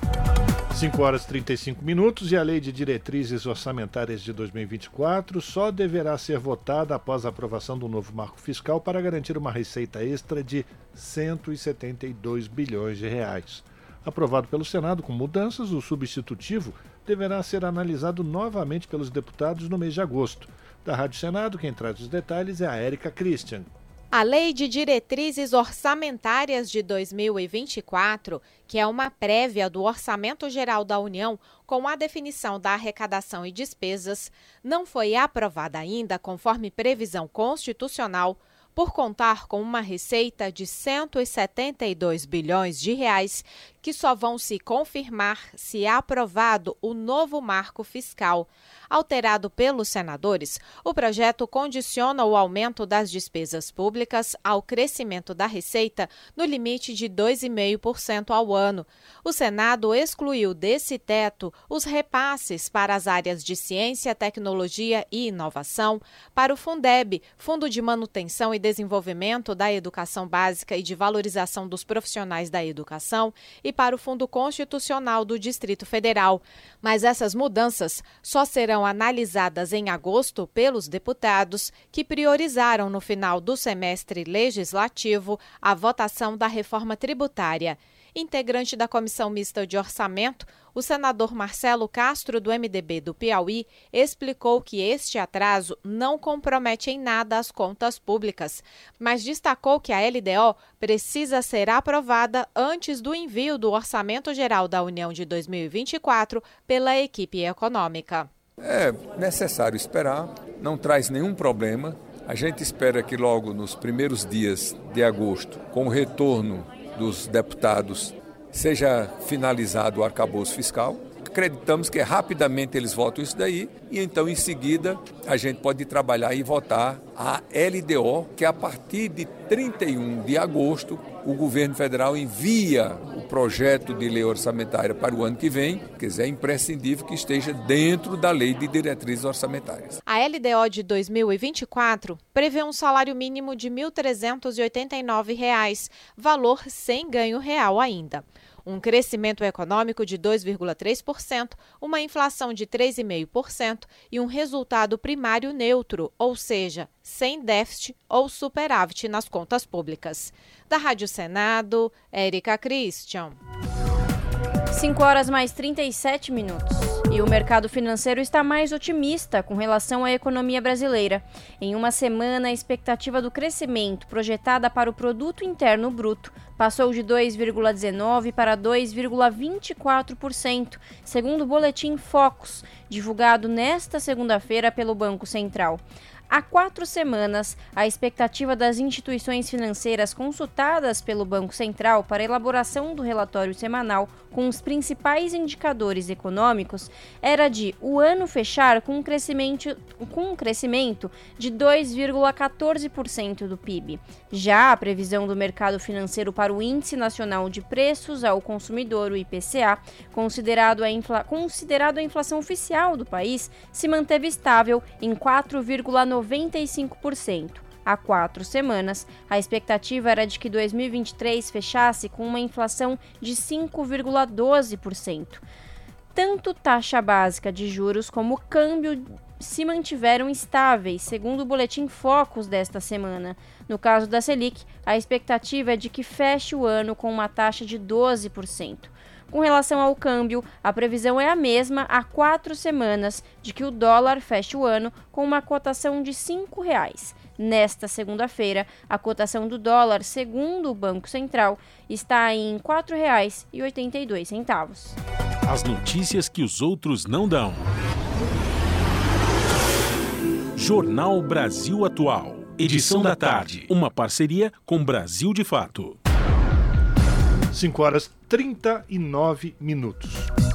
cinco horas e trinta e cinco minutos e a Lei de Diretrizes Orçamentárias de dois mil e vinte e quatro só deverá ser votada após a aprovação do novo marco fiscal para garantir uma receita extra de cento e setenta e dois bilhões de reais. Aprovado pelo Senado com mudanças, o substitutivo deverá ser analisado novamente pelos deputados no mês de agosto. Da Rádio Senado, quem traz os detalhes é a Érica Christian. A Lei de Diretrizes Orçamentárias de dois mil e vinte e quatro, que é uma prévia do Orçamento Geral da União com a definição da arrecadação e despesas, não foi aprovada ainda conforme previsão constitucional, por contar com uma receita de cento e setenta e dois bilhões de reais, que só vão se confirmar se aprovado o novo marco fiscal. Alterado pelos senadores, o projeto condiciona o aumento das despesas públicas ao crescimento da receita no limite de dois vírgula cinco por cento ao ano. O Senado excluiu desse teto os repasses para as áreas de ciência, tecnologia e inovação, para o Fundeb, Fundo de Manutenção e Desenvolvimento da Educação Básica e de Valorização dos Profissionais da Educação e para o Fundo Constitucional do Distrito Federal. Mas essas mudanças só serão analisadas em agosto pelos deputados, que priorizaram no final do semestre legislativo a votação da reforma tributária. Integrante da Comissão Mista de Orçamento, o senador Marcelo Castro, do M D B do Piauí, explicou que este atraso não compromete em nada as contas públicas, mas destacou que a L D O precisa ser aprovada antes do envio do Orçamento Geral da União de dois mil e vinte e quatro pela equipe econômica. É necessário esperar, não traz nenhum problema. A gente espera que logo nos primeiros dias de agosto, com o retorno dos deputados, seja finalizado o arcabouço fiscal. Acreditamos que rapidamente eles votam isso daí e então em seguida a gente pode trabalhar e votar a L D O, que a partir de trinta e um de agosto o governo federal envia o projeto de lei orçamentária para o ano que vem, quer dizer, é imprescindível que esteja dentro da Lei de Diretrizes Orçamentárias. A L D O de dois mil e vinte e quatro prevê um salário mínimo de mil trezentos e oitenta e nove reais, valor sem ganho real ainda. Um crescimento econômico de dois vírgula três por cento, uma inflação de três vírgula cinco por cento e um resultado primário neutro, ou seja, sem déficit ou superávit nas contas públicas. Da Rádio Senado, Érica Christian. cinco horas mais trinta e sete minutos. E o mercado financeiro está mais otimista com relação à economia brasileira. Em uma semana, a expectativa do crescimento projetada para o Produto Interno Bruto passou de dois vírgula dezenove por cento para dois vírgula vinte e quatro por cento, segundo o boletim Focus, divulgado nesta segunda-feira pelo Banco Central. Há quatro semanas, a expectativa das instituições financeiras consultadas pelo Banco Central para a elaboração do relatório semanal com os principais indicadores econômicos era de o ano fechar com um crescimento, com um crescimento de dois vírgula quatorze por cento do P I B. Já a previsão do mercado financeiro para o Índice Nacional de Preços ao Consumidor, o I P C A, considerado a, infla, considerado a inflação oficial do país, se manteve estável em quatro vírgula noventa e cinco por cento. Há quatro semanas, a expectativa era de que dois mil e vinte e três fechasse com uma inflação de cinco vírgula doze por cento. Tanto taxa básica de juros como câmbio se mantiveram estáveis, segundo o boletim Focus desta semana. No caso da Selic, a expectativa é de que feche o ano com uma taxa de doze por cento. Com relação ao câmbio, a previsão é a mesma há quatro semanas, de que o dólar feche o ano com uma cotação de cinco reais. Nesta segunda-feira, a cotação do dólar, segundo o Banco Central, está em quatro reais e oitenta e dois centavos. As notícias que os outros não dão. Jornal Brasil Atual. Edição da tarde. Uma parceria com Brasil de Fato. cinco horas e trinta e nove minutos.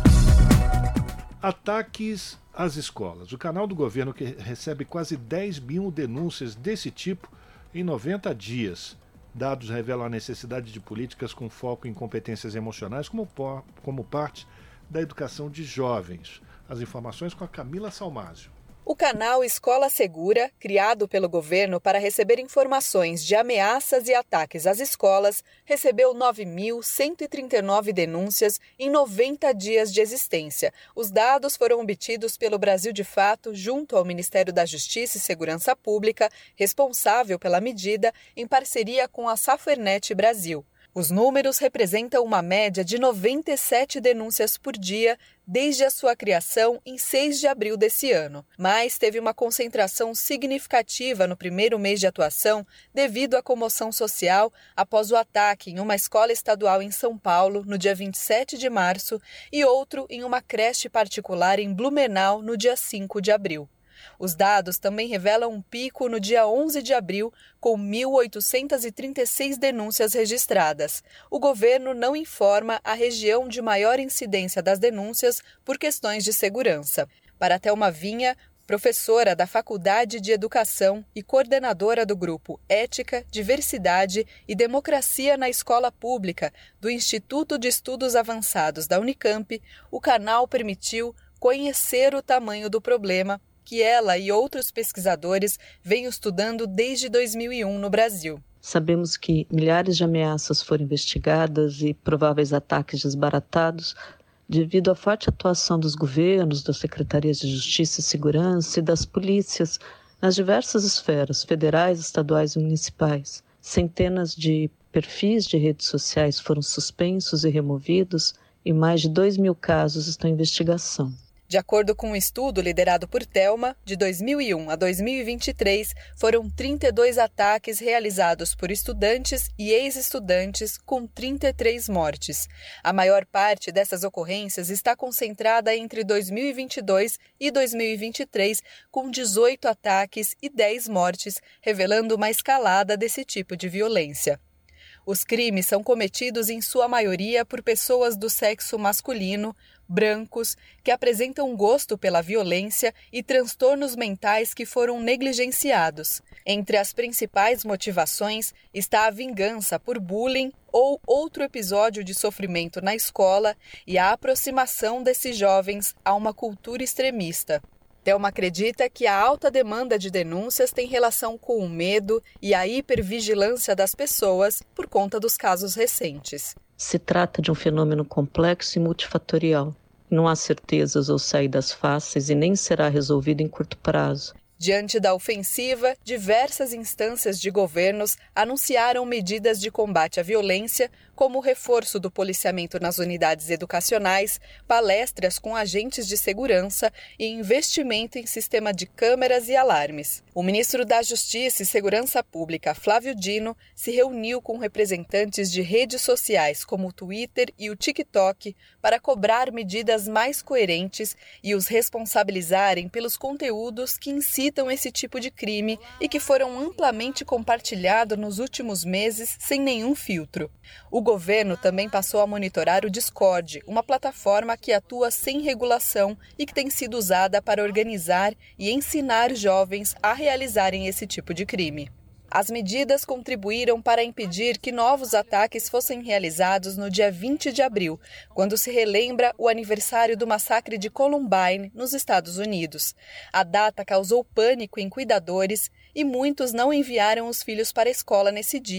Ataques às escolas. O canal do governo que recebe quase dez mil denúncias desse tipo em noventa dias. Dados revelam a necessidade de políticas com foco em competências emocionais como, como parte da educação de jovens. As informações com a Camila Salmásio. O canal Escola Segura, criado pelo governo para receber informações de ameaças e ataques às escolas, recebeu nove mil cento e trinta e nove denúncias em noventa dias de existência. Os dados foram obtidos pelo Brasil de Fato junto ao Ministério da Justiça e Segurança Pública, responsável pela medida, em parceria com a Safernet Brasil. Os números representam uma média de noventa e sete denúncias por dia desde a sua criação em seis de abril desse ano. Mas teve uma concentração significativa no primeiro mês de atuação devido à comoção social após o ataque em uma escola estadual em São Paulo no dia vinte e sete de março e outro em uma creche particular em Blumenau no dia cinco de abril. Os dados também revelam um pico no dia onze de abril, com mil oitocentas e trinta e seis denúncias registradas. O governo não informa a região de maior incidência das denúncias por questões de segurança. Para Thelma Vinha, professora da Faculdade de Educação e coordenadora do grupo Ética, Diversidade e Democracia na Escola Pública do Instituto de Estudos Avançados da Unicamp, o canal permitiu conhecer o tamanho do problema que ela e outros pesquisadores vêm estudando desde dois mil e um no Brasil. Sabemos que milhares de ameaças foram investigadas e prováveis ataques desbaratados devido à forte atuação dos governos, das secretarias de Justiça e Segurança e das polícias nas diversas esferas, federais, estaduais e municipais. Centenas de perfis de redes sociais foram suspensos e removidos e mais de dois mil casos estão em investigação. De acordo com um estudo liderado por Thelma, de dois mil e um a dois mil e vinte e três, foram trinta e dois ataques realizados por estudantes e ex-estudantes, com trinta e três mortes. A maior parte dessas ocorrências está concentrada entre dois mil e vinte e dois e dois mil e vinte e três, com dezoito ataques e dez mortes, revelando uma escalada desse tipo de violência. Os crimes são cometidos em sua maioria por pessoas do sexo masculino, brancos, que apresentam gosto pela violência e transtornos mentais que foram negligenciados. Entre as principais motivações está a vingança por bullying ou outro episódio de sofrimento na escola e a aproximação desses jovens a uma cultura extremista. Thelma acredita que a alta demanda de denúncias tem relação com o medo e a hipervigilância das pessoas por conta dos casos recentes. Se trata de um fenômeno complexo e multifatorial. Não há certezas ou saídas fáceis e nem será resolvido em curto prazo. Diante da ofensiva, diversas instâncias de governos anunciaram medidas de combate à violência, como o reforço do policiamento nas unidades educacionais, palestras com agentes de segurança e investimento em sistema de câmeras e alarmes. O ministro da Justiça e Segurança Pública, Flávio Dino, se reuniu com representantes de redes sociais como o Twitter e o TikTok para cobrar medidas mais coerentes e os responsabilizarem pelos conteúdos que incitam esse tipo de crime e que foram amplamente compartilhados nos últimos meses sem nenhum filtro. O governo também passou a monitorar o Discord, uma plataforma que atua sem regulação e que tem sido usada para organizar e ensinar jovens a realizarem esse tipo de crime. As medidas contribuíram para impedir que novos ataques fossem realizados no dia vinte de abril, quando se relembra o aniversário do massacre de Columbine, nos Estados Unidos. A data causou pânico em cuidadores e muitos não enviaram os filhos para a escola nesse dia,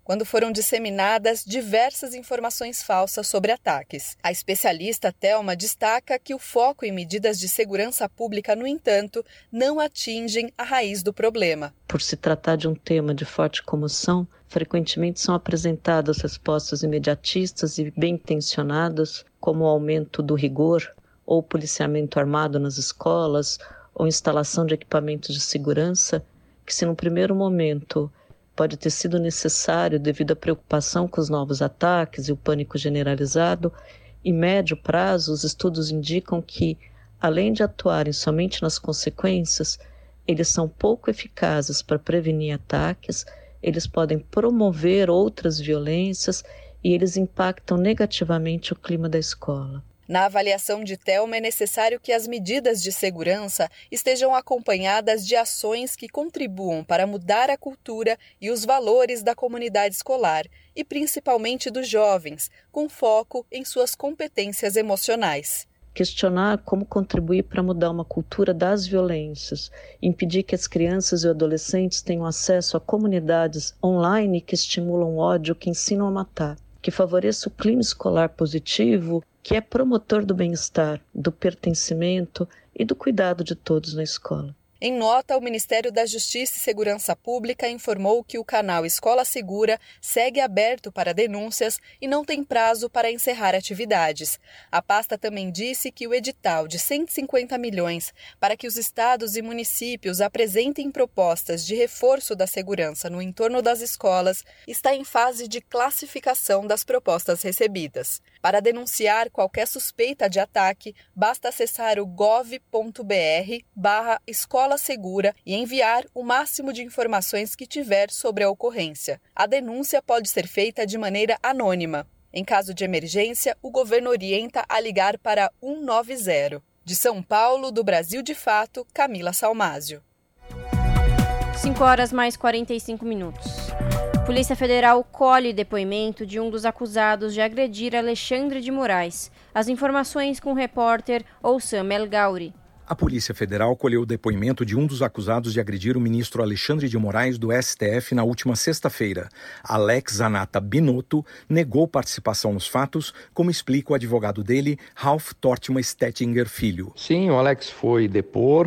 quando foram disseminadas diversas informações falsas sobre ataques. A especialista Thelma destaca que o foco em medidas de segurança pública, no entanto, não atingem a raiz do problema. Por se tratar de um tema de forte comoção, frequentemente são apresentadas respostas imediatistas e bem intencionadas, como o aumento do rigor, ou policiamento armado nas escolas, ou instalação de equipamentos de segurança, que se no primeiro momento pode ter sido necessário devido à preocupação com os novos ataques e o pânico generalizado, em médio prazo os estudos indicam que, além de atuarem somente nas consequências, eles são pouco eficazes para prevenir ataques, eles podem promover outras violências e eles impactam negativamente o clima da escola. Na avaliação de Thelma, é necessário que as medidas de segurança estejam acompanhadas de ações que contribuam para mudar a cultura e os valores da comunidade escolar, e principalmente dos jovens, com foco em suas competências emocionais. Questionar como contribuir para mudar uma cultura das violências, impedir que as crianças e adolescentes tenham acesso a comunidades online que estimulam ódio, que ensinam a matar, que favoreça o clima escolar positivo, que é promotor do bem-estar, do pertencimento e do cuidado de todos na escola. Em nota, o Ministério da Justiça e Segurança Pública informou que o canal Escola Segura segue aberto para denúncias e não tem prazo para encerrar atividades. A pasta também disse que o edital de cento e cinquenta milhões para que os estados e municípios apresentem propostas de reforço da segurança no entorno das escolas está em fase de classificação das propostas recebidas. Para denunciar qualquer suspeita de ataque, basta acessar o gov ponto br barra escola segura e enviar o máximo de informações que tiver sobre a ocorrência. A denúncia pode ser feita de maneira anônima. Em caso de emergência, o governo orienta a ligar para um nove zero. De São Paulo, do Brasil de Fato, Camila Salmásio. cinco horas mais quarenta e cinco minutos. Polícia Federal colhe depoimento de um dos acusados de agredir Alexandre de Moraes. As informações com o repórter Oussama El Gauri. A Polícia Federal colheu o depoimento de um dos acusados de agredir o ministro Alexandre de Moraes do S T F na última sexta-feira. Alex Zanata Binotto negou participação nos fatos, como explica o advogado dele, Ralph Tortman Stettinger Filho. Sim, o Alex foi depor.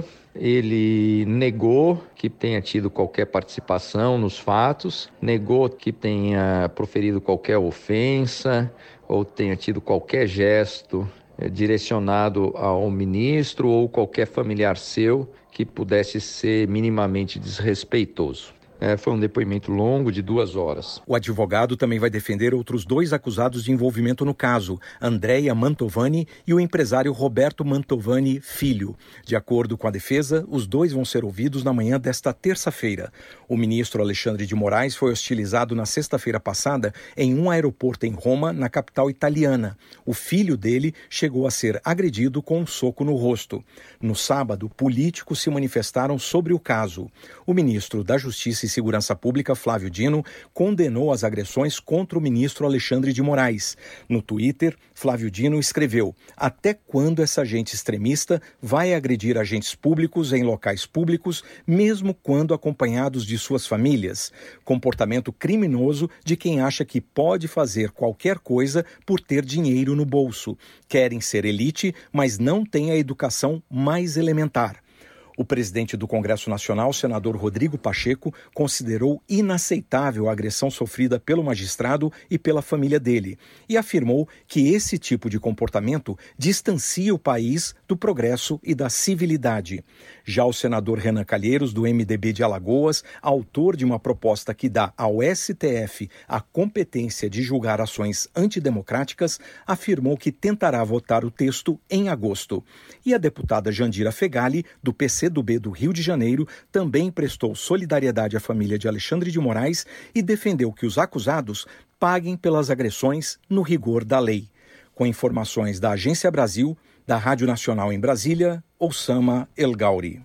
Ele negou que tenha tido qualquer participação nos fatos, negou que tenha proferido qualquer ofensa ou tenha tido qualquer gesto direcionado ao ministro ou qualquer familiar seu que pudesse ser minimamente desrespeitoso. É, foi um depoimento longo de duas horas. O advogado também vai defender outros dois acusados de envolvimento no caso, Andrea Mantovani e o empresário Roberto Mantovani Filho. De acordo com a defesa, os dois vão ser ouvidos na manhã desta terça-feira. O ministro Alexandre de Moraes foi hostilizado na sexta-feira passada em um aeroporto em Roma, na capital italiana. O filho dele chegou a ser agredido com um soco no rosto. No sábado, políticos se manifestaram sobre o caso. O ministro da Justiça e Segurança Pública, Flávio Dino, condenou as agressões contra o ministro Alexandre de Moraes. No Twitter, Flávio Dino escreveu: até quando essa gente extremista vai agredir agentes públicos em locais públicos, mesmo quando acompanhados de suas famílias? Comportamento criminoso de quem acha que pode fazer qualquer coisa por ter dinheiro no bolso. Querem ser elite, mas não têm a educação mais elementar. O presidente do Congresso Nacional, senador Rodrigo Pacheco, considerou inaceitável a agressão sofrida pelo magistrado e pela família dele e afirmou que esse tipo de comportamento distancia o país do progresso e da civilidade. Já o senador Renan Calheiros, do M D B de Alagoas, autor de uma proposta que dá ao S T F a competência de julgar ações antidemocráticas, afirmou que tentará votar o texto em agosto. E a deputada Jandira Fegali, do P C do B do Rio de Janeiro, também prestou solidariedade à família de Alexandre de Moraes e defendeu que os acusados paguem pelas agressões no rigor da lei. Com informações da Agência Brasil, da Rádio Nacional em Brasília, Oussama El Gauri.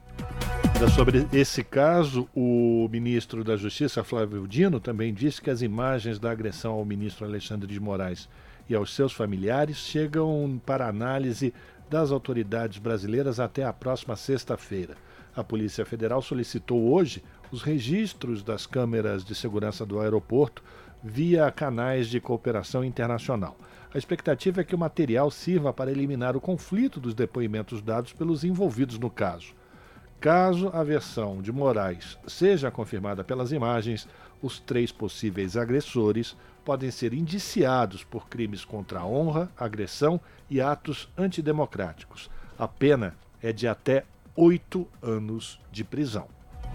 Sobre esse caso, o ministro da Justiça, Flávio Dino, também disse que as imagens da agressão ao ministro Alexandre de Moraes e aos seus familiares chegam para análise das autoridades brasileiras até a próxima sexta-feira. A Polícia Federal solicitou hoje os registros das câmeras de segurança do aeroporto via canais de cooperação internacional. A expectativa é que o material sirva para eliminar o conflito dos depoimentos dados pelos envolvidos no caso. Caso a versão de Moraes seja confirmada pelas imagens, os três possíveis agressores podem ser indiciados por crimes contra a honra, agressão e atos antidemocráticos. A pena é de até oito anos de prisão.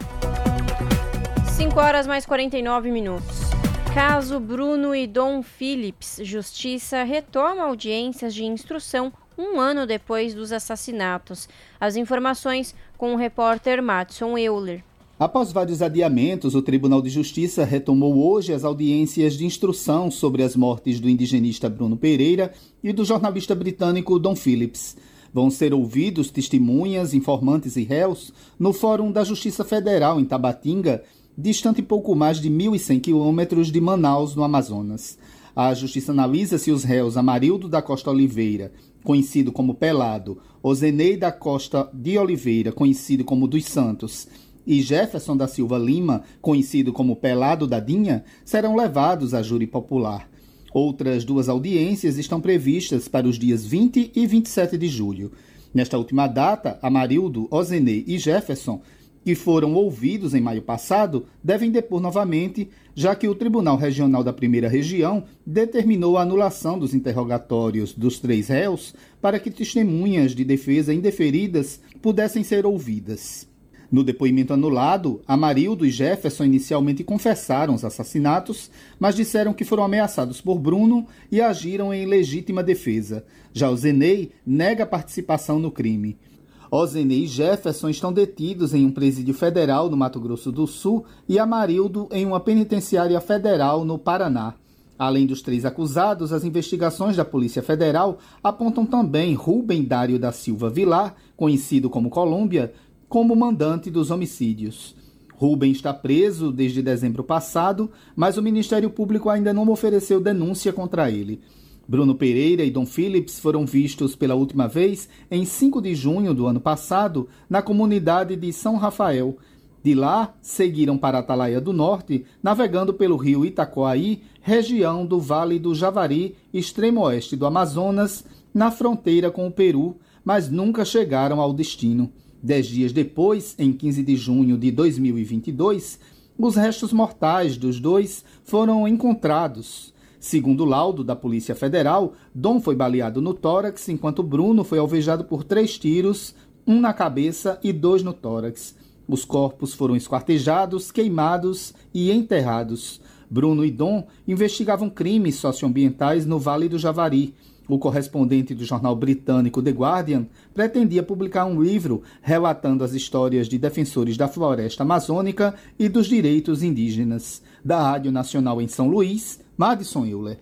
cinco horas mais quarenta e nove minutos. Caso Bruno e Dom Phillips, Justiça retoma audiências de instrução um ano depois dos assassinatos. As informações com o repórter Madison Euler. Após vários adiamentos, o Tribunal de Justiça retomou hoje as audiências de instrução sobre as mortes do indigenista Bruno Pereira e do jornalista britânico Dom Phillips. Vão ser ouvidos testemunhas, informantes e réus no Fórum da Justiça Federal em Tabatinga, distante pouco mais de mil e cem quilômetros de Manaus, no Amazonas. A Justiça analisa se os réus Amarildo da Costa Oliveira, conhecido como Pelado, Ozenei da Costa de Oliveira, conhecido como dos Santos, e Jefferson da Silva Lima, conhecido como Pelado da Dinha, serão levados a júri popular. Outras duas audiências estão previstas para os dias vinte e vinte e sete de julho. Nesta última data, Amarildo, Ozenei e Jefferson, que foram ouvidos em maio passado, devem depor novamente, já que o Tribunal Regional da Primeira Região determinou a anulação dos interrogatórios dos três réus para que testemunhas de defesa indeferidas pudessem ser ouvidas. No depoimento anulado, Amarildo e Jefferson inicialmente confessaram os assassinatos, mas disseram que foram ameaçados por Bruno e agiram em legítima defesa. Já Ozenei nega participação no crime. Ozenei e Jefferson estão detidos em um presídio federal no Mato Grosso do Sul e Amarildo em uma penitenciária federal no Paraná. Além dos três acusados, as investigações da Polícia Federal apontam também Rubem Dário da Silva Vilar, conhecido como Colômbia, como mandante dos homicídios. Rubem está preso desde dezembro passado, mas o Ministério Público ainda não ofereceu denúncia contra ele. Bruno Pereira e Dom Phillips foram vistos pela última vez em cinco de junho do ano passado, na comunidade de São Rafael. De lá, seguiram para Atalaia do Norte, navegando pelo rio Itacoaí, região do Vale do Javari, extremo oeste do Amazonas, na fronteira com o Peru, mas nunca chegaram ao destino. Dez dias depois, em quinze de junho de dois mil e vinte e dois, os restos mortais dos dois foram encontrados. Segundo o laudo da Polícia Federal, Dom foi baleado no tórax, enquanto Bruno foi alvejado por três tiros, um na cabeça e dois no tórax. Os corpos foram esquartejados, queimados e enterrados. Bruno e Dom investigavam crimes socioambientais no Vale do Javari. O correspondente do jornal britânico The Guardian pretendia publicar um livro relatando as histórias de defensores da floresta amazônica e dos direitos indígenas. Da Rádio Nacional em São Luís, Madison Euler.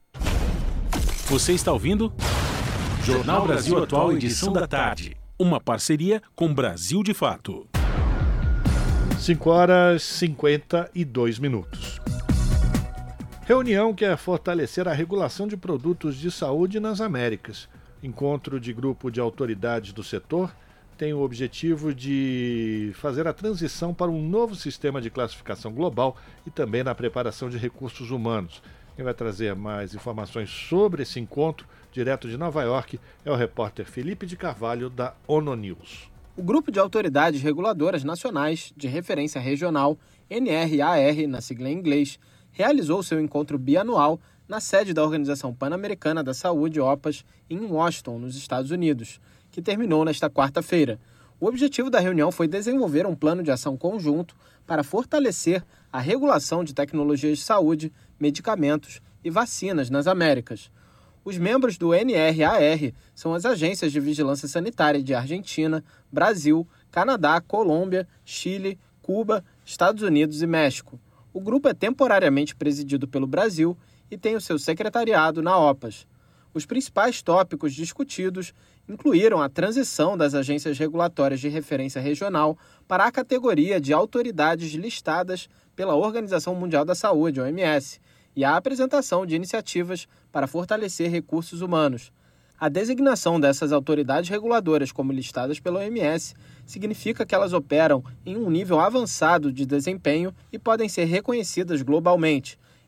Você está ouvindo? Jornal Brasil Atual, edição da tarde. Uma parceria com Brasil de Fato. cinco horas e cinquenta e dois minutos. Reunião quer fortalecer a regulação de produtos de saúde nas Américas. Encontro de grupo de autoridades do setor tem o objetivo de fazer a transição para um novo sistema de classificação global e também na preparação de recursos humanos. Quem vai trazer mais informações sobre esse encontro, direto de Nova York, é o repórter Felipe de Carvalho, da ONU News. O Grupo de Autoridades Reguladoras Nacionais de Referência Regional, N R A R, na sigla em inglês, realizou seu encontro bianual na sede da Organização Pan-Americana da Saúde, OPAS, em Washington, nos Estados Unidos, que terminou nesta quarta-feira. O objetivo da reunião foi desenvolver um plano de ação conjunto para fortalecer a regulação de tecnologias de saúde, medicamentos e vacinas nas Américas. Os membros do N R A R são as agências de vigilância sanitária de Argentina, Brasil, Canadá, Colômbia, Chile, Cuba, Estados Unidos e México. O grupo é temporariamente presidido pelo Brasil e tem o seu secretariado na OPAS. Os principais tópicos discutidos incluíram a transição das agências regulatórias de referência regional para a categoria de autoridades listadas pela Organização Mundial da Saúde, O M S, e a apresentação de iniciativas para fortalecer recursos humanos. A designação dessas autoridades reguladoras como listadas pela O M S significa que elas operam em um nível avançado de desempenho e podem ser reconhecidas globalmente.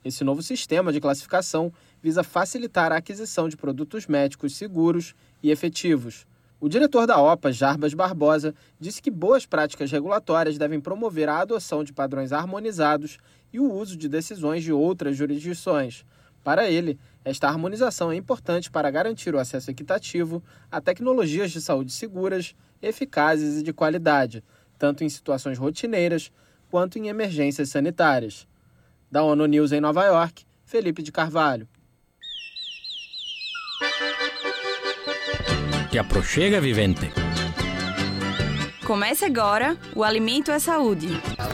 Esse novo sistema de classificação visa facilitar a aquisição de produtos médicos seguros e efetivos. O diretor da OPA, Jarbas Barbosa, disse que boas práticas regulatórias devem promover a adoção de padrões harmonizados e o uso de decisões de outras jurisdições. Para ele, esta harmonização é importante para garantir o acesso equitativo a tecnologias de saúde seguras, eficazes e de qualidade, tanto em situações rotineiras quanto em emergências sanitárias. Da ONU News em Nova York, Felipe de Carvalho. Te aproxega, vivente. Comece agora, o Alimento é Saúde.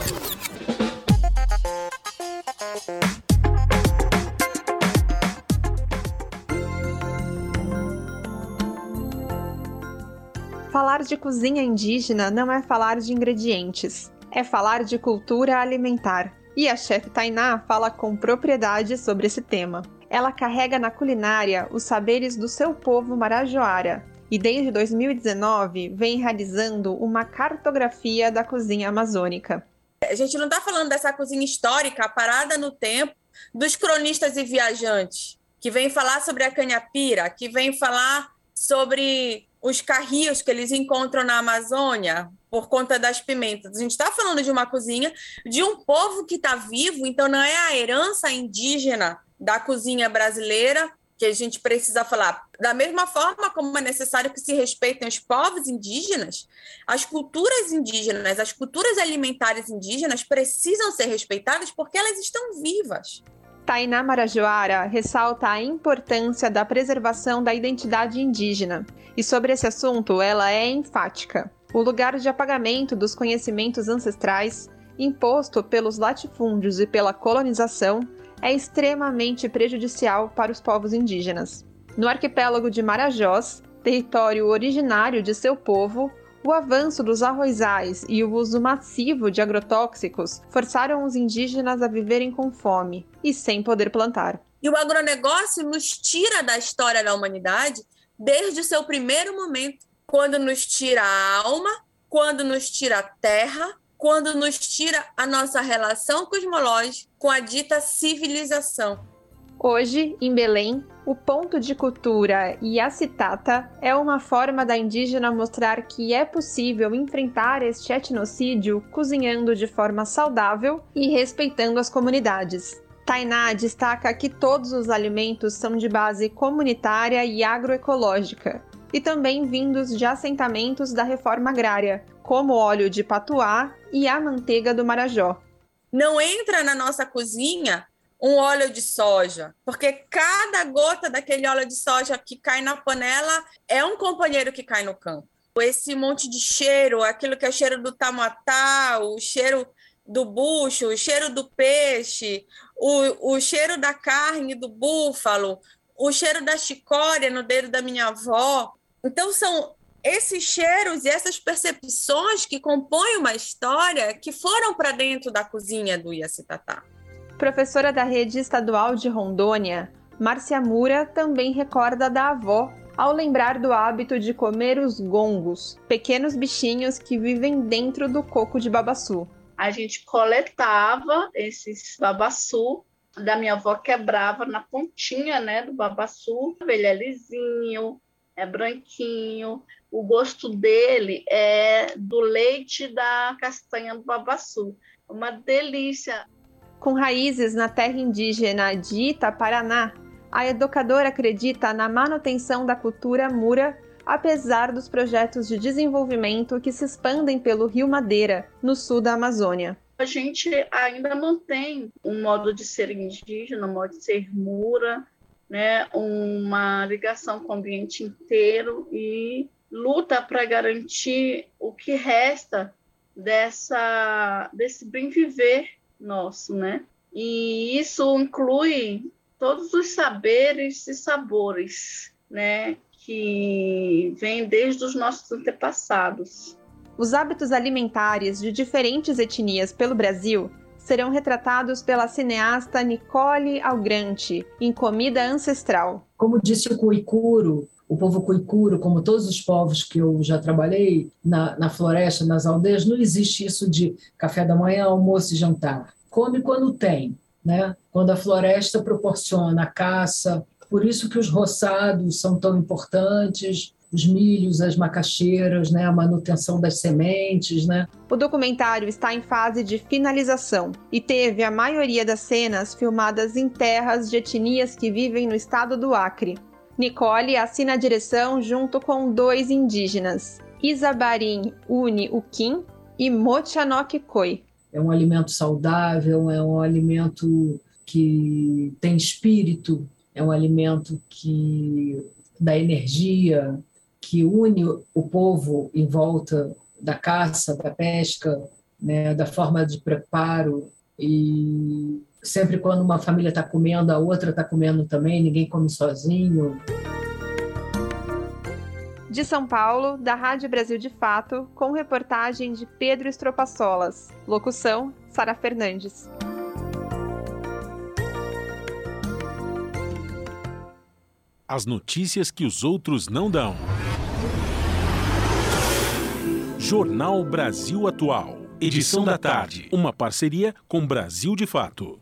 Falar de cozinha indígena não é falar de ingredientes, é falar de cultura alimentar. E a chefe Tainá fala com propriedade sobre esse tema. Ela carrega na culinária os saberes do seu povo marajoara e desde dois mil e dezenove vem realizando uma cartografia da cozinha amazônica. A gente não está falando dessa cozinha histórica parada no tempo dos cronistas e viajantes, que vêm falar sobre a canhapira, que vêm falar sobre os carrios que eles encontram na Amazônia por conta das pimentas. A gente está falando de uma cozinha de um povo que está vivo, então não é a herança indígena da cozinha brasileira que a gente precisa falar. Da mesma forma como é necessário que se respeitem os povos indígenas, as culturas indígenas, as culturas alimentares indígenas precisam ser respeitadas porque elas estão vivas. Tainá Marajoara ressalta a importância da preservação da identidade indígena. E sobre esse assunto, ela é enfática. O lugar de apagamento dos conhecimentos ancestrais, imposto pelos latifúndios e pela colonização, é extremamente prejudicial para os povos indígenas. No arquipélago de Marajós, território originário de seu povo, o avanço dos arrozais e o uso massivo de agrotóxicos forçaram os indígenas a viverem com fome e sem poder plantar. E o agronegócio nos tira da história da humanidade desde o seu primeiro momento, quando nos tira a alma, quando nos tira a terra, quando nos tira a nossa relação cosmológica com a dita civilização. Hoje, em Belém, o ponto de cultura Yacitata é uma forma da indígena mostrar que é possível enfrentar este etnocídio cozinhando de forma saudável e respeitando as comunidades. Tainá destaca que todos os alimentos são de base comunitária e agroecológica, e também vindos de assentamentos da reforma agrária, como o óleo de patuá e a manteiga do Marajó. Não entra na nossa cozinha um óleo de soja, porque cada gota daquele óleo de soja que cai na panela é um companheiro que cai no campo. Esse monte de cheiro, aquilo que é o cheiro do tamatá, o cheiro do bucho, o cheiro do peixe, o, o cheiro da carne do búfalo, o cheiro da chicória no dedo da minha avó. Então são esses cheiros e essas percepções que compõem uma história que foram para dentro da cozinha do Yacitata. Professora da Rede Estadual de Rondônia, Márcia Mura também recorda da avó ao lembrar do hábito de comer os gongos, pequenos bichinhos que vivem dentro do coco de babaçu. A gente coletava esses babaçu, da minha avó quebrava na pontinha, né, do babaçu. Ele é lisinho, é branquinho. O gosto dele é do leite da castanha do babaçu. Uma delícia. Com raízes na terra indígena de Itaparaná, a educadora acredita na manutenção da cultura Mura, apesar dos projetos de desenvolvimento que se expandem pelo Rio Madeira, no sul da Amazônia. A gente ainda mantém um modo de ser indígena, um modo de ser Mura, né? Uma ligação com o ambiente inteiro e luta para garantir o que resta dessa, desse bem viver nosso, né? E isso inclui todos os saberes e sabores, né, que vêm desde os nossos antepassados. Os hábitos alimentares de diferentes etnias pelo Brasil serão retratados pela cineasta Nicole Algrante em Comida Ancestral. Como disse o Cuicuro, o povo cuicuro, como todos os povos que eu já trabalhei na, na floresta, nas aldeias, não existe isso de café da manhã, almoço e jantar. Come quando tem, né? Quando a floresta proporciona a caça, por isso que os roçados são tão importantes, os milhos, as macaxeiras, né? A manutenção das sementes, né? O documentário está em fase de finalização e teve a maioria das cenas filmadas em terras de etnias que vivem no estado do Acre. Nicole assina a direção junto com dois indígenas, Isabarim Uni Uquim e Mochanok Koi. É um alimento saudável, é um alimento que tem espírito, é um alimento que dá energia, que une o povo em volta da caça, da pesca, né, da forma de preparo. E sempre quando uma família está comendo, a outra está comendo também, ninguém come sozinho. De São Paulo, da Rádio Brasil de Fato, com reportagem de Pedro Estropaçolas. Locução, Sara Fernandes. As notícias que os outros não dão. Jornal Brasil Atual. Edição da tarde. Uma parceria com Brasil de Fato.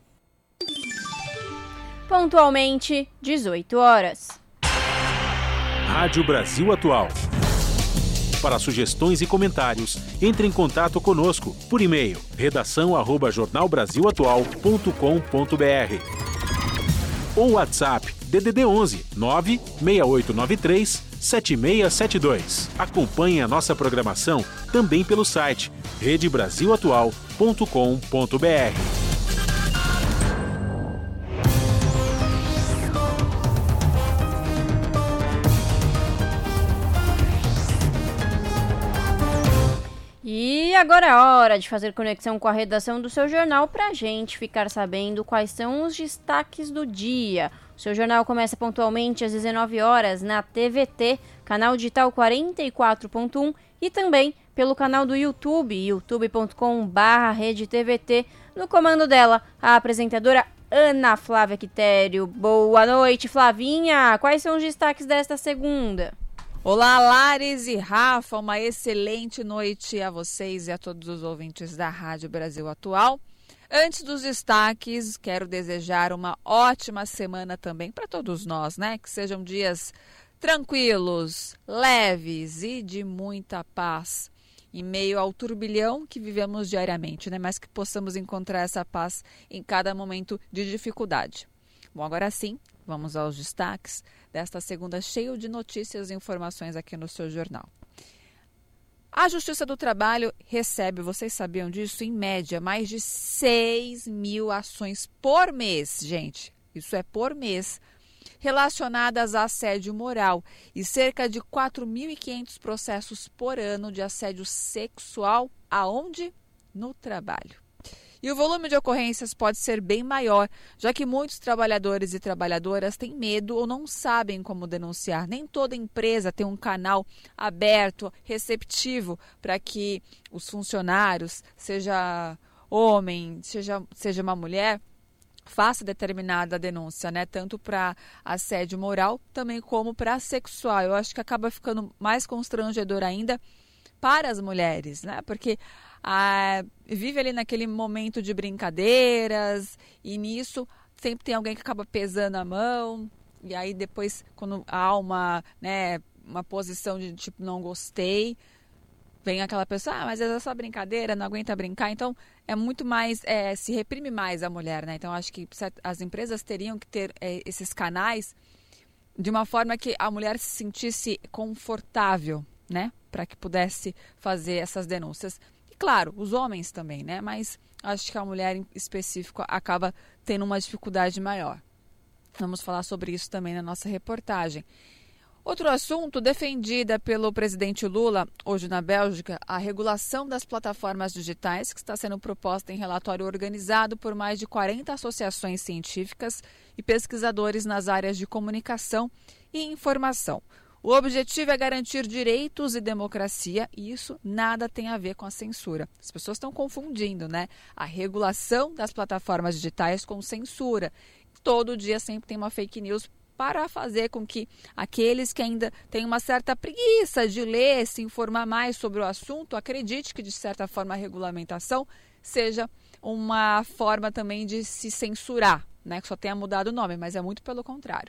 Pontualmente, dezoito horas. Rádio Brasil Atual. Para sugestões e comentários, entre em contato conosco por e-mail redação arroba jornal brasil atual ponto com ponto br ou WhatsApp D D D onze nove seis oito nove três sete seis sete dois. Acompanhe a nossa programação também pelo site rede brasil atual ponto com ponto br. E agora é hora de fazer conexão com a redação do seu jornal para a gente ficar sabendo quais são os destaques do dia. O seu jornal começa pontualmente às dezenove horas na T V T, canal digital quarenta e quatro ponto um e também pelo canal do YouTube, youtube ponto com barra rede T V T. No comando dela, a apresentadora Ana Flávia Quitério. Boa noite, Flavinha! Quais são os destaques desta segunda? Olá, Lares e Rafa, uma excelente noite a vocês e a todos os ouvintes da Rádio Brasil Atual. Antes dos destaques, quero desejar uma ótima semana também para todos nós, né? Que sejam dias tranquilos, leves e de muita paz, em meio ao turbilhão que vivemos diariamente, né? Mas que possamos encontrar essa paz em cada momento de dificuldade. Bom, agora sim, vamos aos destaques desta segunda, cheio de notícias e informações aqui no seu jornal. A Justiça do Trabalho recebe, vocês sabiam disso, em média, mais de seis mil ações por mês, gente. Isso é por mês, relacionadas a assédio moral e cerca de quatro mil e quinhentos processos por ano de assédio sexual, aonde? No trabalho. E o volume de ocorrências pode ser bem maior, já que muitos trabalhadores e trabalhadoras têm medo ou não sabem como denunciar. Nem toda empresa tem um canal aberto, receptivo, para que os funcionários, seja homem, seja, seja uma mulher, faça determinada denúncia, né? Tanto para assédio moral, também como para sexual. Eu acho que acaba ficando mais constrangedor ainda para as mulheres, né? Porque ah, vive ali naquele momento de brincadeiras e nisso sempre tem alguém que acaba pesando a mão e aí depois quando há uma, né, uma posição de tipo não gostei, vem aquela pessoa, ah, mas é só brincadeira, não aguenta brincar, então é muito mais, é, se reprime mais a mulher, né? Então acho que as empresas teriam que ter é, esses canais de uma forma que a mulher se sentisse confortável, né? Para que pudesse fazer essas denúncias. E claro, os homens também, né? Mas acho que a mulher em específico acaba tendo uma dificuldade maior. Vamos falar sobre isso também na nossa reportagem. Outro assunto, defendida pelo presidente Lula, hoje na Bélgica, a regulação das plataformas digitais, que está sendo proposta em relatório organizado por mais de quarenta associações científicas e pesquisadores nas áreas de comunicação e informação. O objetivo é garantir direitos e democracia, e isso nada tem a ver com a censura. As pessoas estão confundindo, né? A regulação das plataformas digitais com censura. Todo dia sempre tem uma fake news para fazer com que aqueles que ainda têm uma certa preguiça de ler, se informar mais sobre o assunto, acredite que, de certa forma, a regulamentação seja uma forma também de se censurar, né? Que só tenha mudado o nome, mas é muito pelo contrário.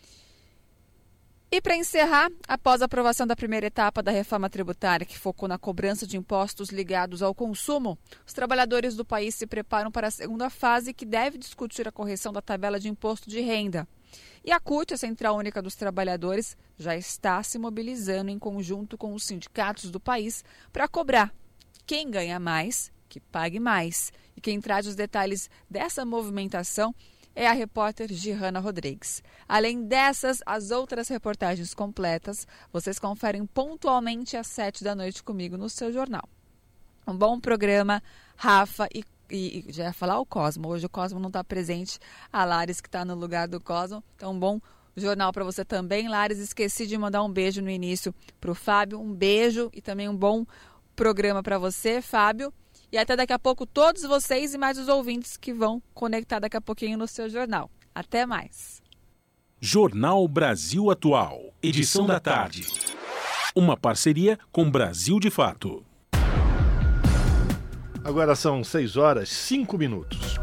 E para encerrar, após a aprovação da primeira etapa da reforma tributária, que focou na cobrança de impostos ligados ao consumo, os trabalhadores do país se preparam para a segunda fase, que deve discutir a correção da tabela de imposto de renda. E a CUT, a Central Única dos Trabalhadores, já está se mobilizando em conjunto com os sindicatos do país para cobrar. Quem ganha mais, que pague mais. E quem traz os detalhes dessa movimentação é a repórter Gihanna Rodrigues. Além dessas, as outras reportagens completas, vocês conferem pontualmente às sete da noite comigo no seu jornal. Um bom programa, Rafa e, e já ia falar o Cosmo. Hoje o Cosmo não está presente, a Lares que está no lugar do Cosmo. Então, um bom jornal para você também, Lares. Esqueci de mandar um beijo no início para o Fábio. Um beijo e também um bom programa para você, Fábio. E até daqui a pouco todos vocês e mais os ouvintes que vão conectar daqui a pouquinho no seu jornal. Até mais. Jornal Brasil Atual, edição da tarde. Uma parceria com Brasil de Fato. Agora são seis horas e cinco minutos.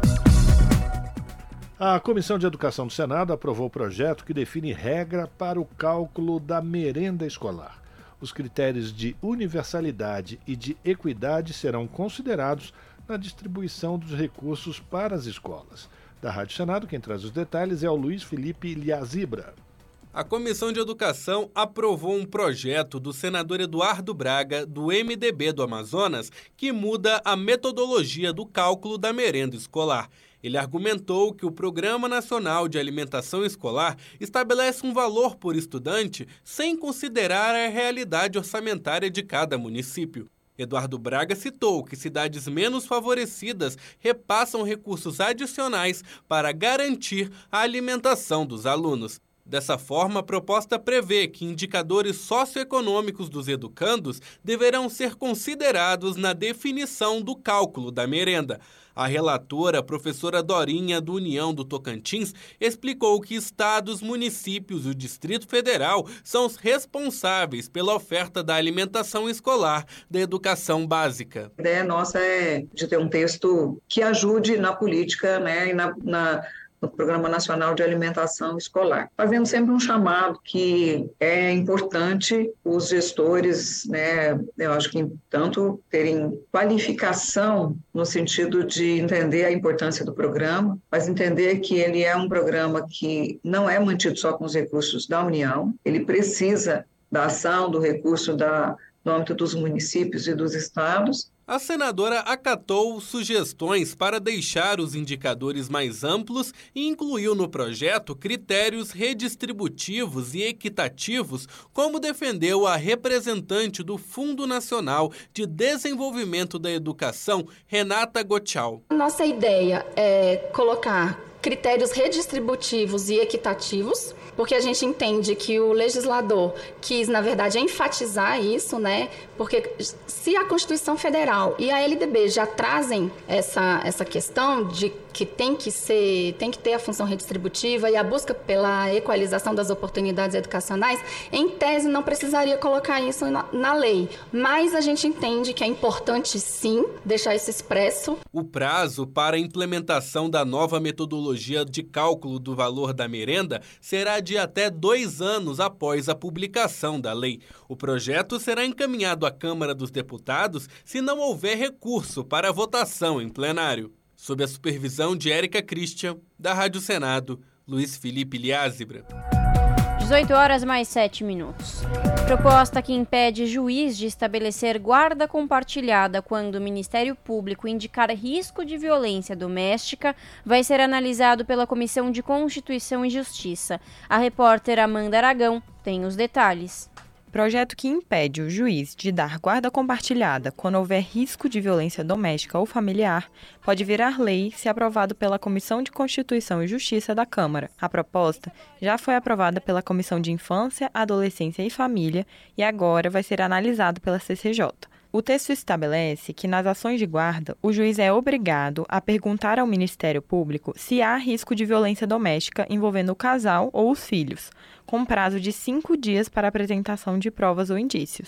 A Comissão de Educação do Senado aprovou o projeto que define regra para o cálculo da merenda escolar. Os critérios de universalidade e de equidade serão considerados na distribuição dos recursos para as escolas. Da Rádio Senado, quem traz os detalhes é o Luiz Felipe Liazibra. A Comissão de Educação aprovou um projeto do senador Eduardo Braga, do M D B do Amazonas, que muda a metodologia do cálculo da merenda escolar. Ele argumentou que o Programa Nacional de Alimentação Escolar estabelece um valor por estudante sem considerar a realidade orçamentária de cada município. Eduardo Braga citou que cidades menos favorecidas repassam recursos adicionais para garantir a alimentação dos alunos. Dessa forma, a proposta prevê que indicadores socioeconômicos dos educandos deverão ser considerados na definição do cálculo da merenda. A relatora, a professora Dorinha, do União do Tocantins, explicou que estados, municípios e o Distrito Federal são os responsáveis pela oferta da alimentação escolar da educação básica. A ideia nossa é de ter um texto que ajude na política, né, e na... na... no Programa Nacional de Alimentação Escolar. Fazendo sempre um chamado que é importante os gestores, né, eu acho que tanto terem qualificação no sentido de entender a importância do programa, mas entender que ele é um programa que não é mantido só com os recursos da União, ele precisa da ação, do recurso da, no âmbito dos municípios e dos estados. A senadora acatou sugestões para deixar os indicadores mais amplos e incluiu no projeto critérios redistributivos e equitativos, como defendeu a representante do Fundo Nacional de Desenvolvimento da Educação, Renata Gotchal. Nossa ideia é colocar critérios redistributivos e equitativos, porque a gente entende que o legislador quis, na verdade, enfatizar isso, né? Porque se a Constituição Federal e a L D B já trazem essa, essa questão de que tem que ser, tem que ter a função redistributiva e a busca pela equalização das oportunidades educacionais, em tese não precisaria colocar isso na, na lei. Mas a gente entende que é importante, sim, deixar isso expresso. O prazo para a implementação da nova metodologia de cálculo do valor da merenda será de até dois anos após a publicação da lei. O projeto será encaminhado à Câmara dos Deputados se não houver recurso para votação em plenário. Sob a supervisão de Érica Christian, da Rádio Senado, Luiz Felipe Liazibra. dezoito horas mais sete minutos. Proposta que impede juiz de estabelecer guarda compartilhada quando o Ministério Público indicar risco de violência doméstica vai ser analisado pela Comissão de Constituição e Justiça. A repórter Amanda Aragão tem os detalhes. Projeto que impede o juiz de dar guarda compartilhada quando houver risco de violência doméstica ou familiar pode virar lei se aprovado pela Comissão de Constituição e Justiça da Câmara. A proposta já foi aprovada pela Comissão de Infância, Adolescência e Família e agora vai ser analisado pela C C J. O texto estabelece que, nas ações de guarda, o juiz é obrigado a perguntar ao Ministério Público se há risco de violência doméstica envolvendo o casal ou os filhos, com prazo de cinco dias para apresentação de provas ou indícios.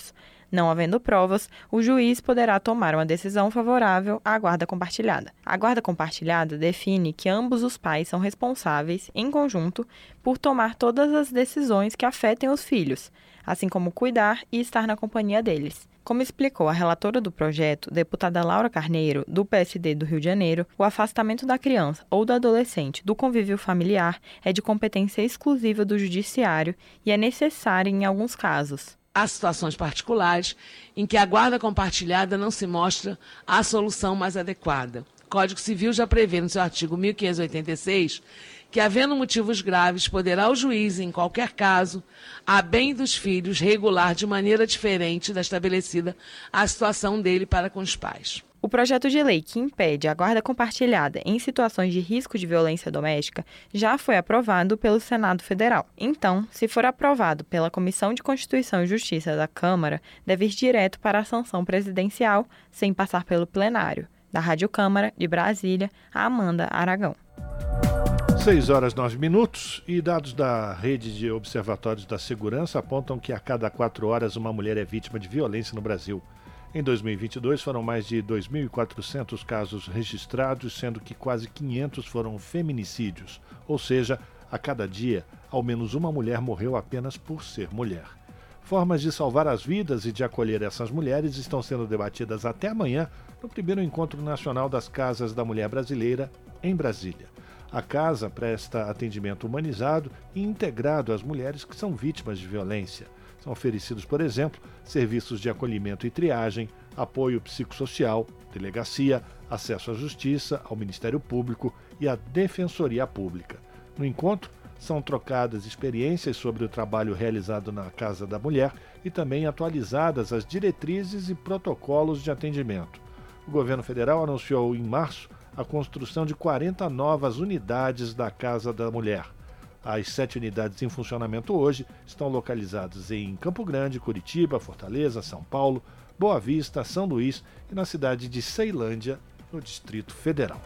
Não havendo provas, o juiz poderá tomar uma decisão favorável à guarda compartilhada. A guarda compartilhada define que ambos os pais são responsáveis, em conjunto, por tomar todas as decisões que afetem os filhos, assim como cuidar e estar na companhia deles. Como explicou a relatora do projeto, deputada Laura Carneiro, do P S D do Rio de Janeiro, o afastamento da criança ou do adolescente do convívio familiar é de competência exclusiva do judiciário e é necessário em alguns casos. Há situações particulares em que a guarda compartilhada não se mostra a solução mais adequada. O Código Civil já prevê no seu artigo mil quinhentos e oitenta e seis que, havendo motivos graves, poderá o juiz, em qualquer caso, a bem dos filhos, regular de maneira diferente da estabelecida a situação dele para com os pais. O projeto de lei que impede a guarda compartilhada em situações de risco de violência doméstica já foi aprovado pelo Senado Federal. Então, se for aprovado pela Comissão de Constituição e Justiça da Câmara, deve ir direto para a sanção presidencial, sem passar pelo plenário. Da Rádio Câmara, de Brasília, a Amanda Aragão. seis horas e nove minutos e dados da Rede de Observatórios da Segurança apontam que a cada quatro horas uma mulher é vítima de violência no Brasil. Em dois mil e vinte e dois foram mais de dois mil e quatrocentos casos registrados, sendo que quase quinhentos foram feminicídios, ou seja, a cada dia, ao menos uma mulher morreu apenas por ser mulher. Formas de salvar as vidas e de acolher essas mulheres estão sendo debatidas até amanhã no primeiro Encontro Nacional das Casas da Mulher Brasileira, em Brasília. A casa presta atendimento humanizado e integrado às mulheres que são vítimas de violência. São oferecidos, por exemplo, serviços de acolhimento e triagem, apoio psicossocial, delegacia, acesso à justiça, ao Ministério Público e à Defensoria Pública. No encontro, são trocadas experiências sobre o trabalho realizado na Casa da Mulher e também atualizadas as diretrizes e protocolos de atendimento. O governo federal anunciou em março a construção de quarenta novas unidades da Casa da Mulher. As sete unidades em funcionamento hoje estão localizadas em Campo Grande, Curitiba, Fortaleza, São Paulo, Boa Vista, São Luís e na cidade de Ceilândia, no Distrito Federal.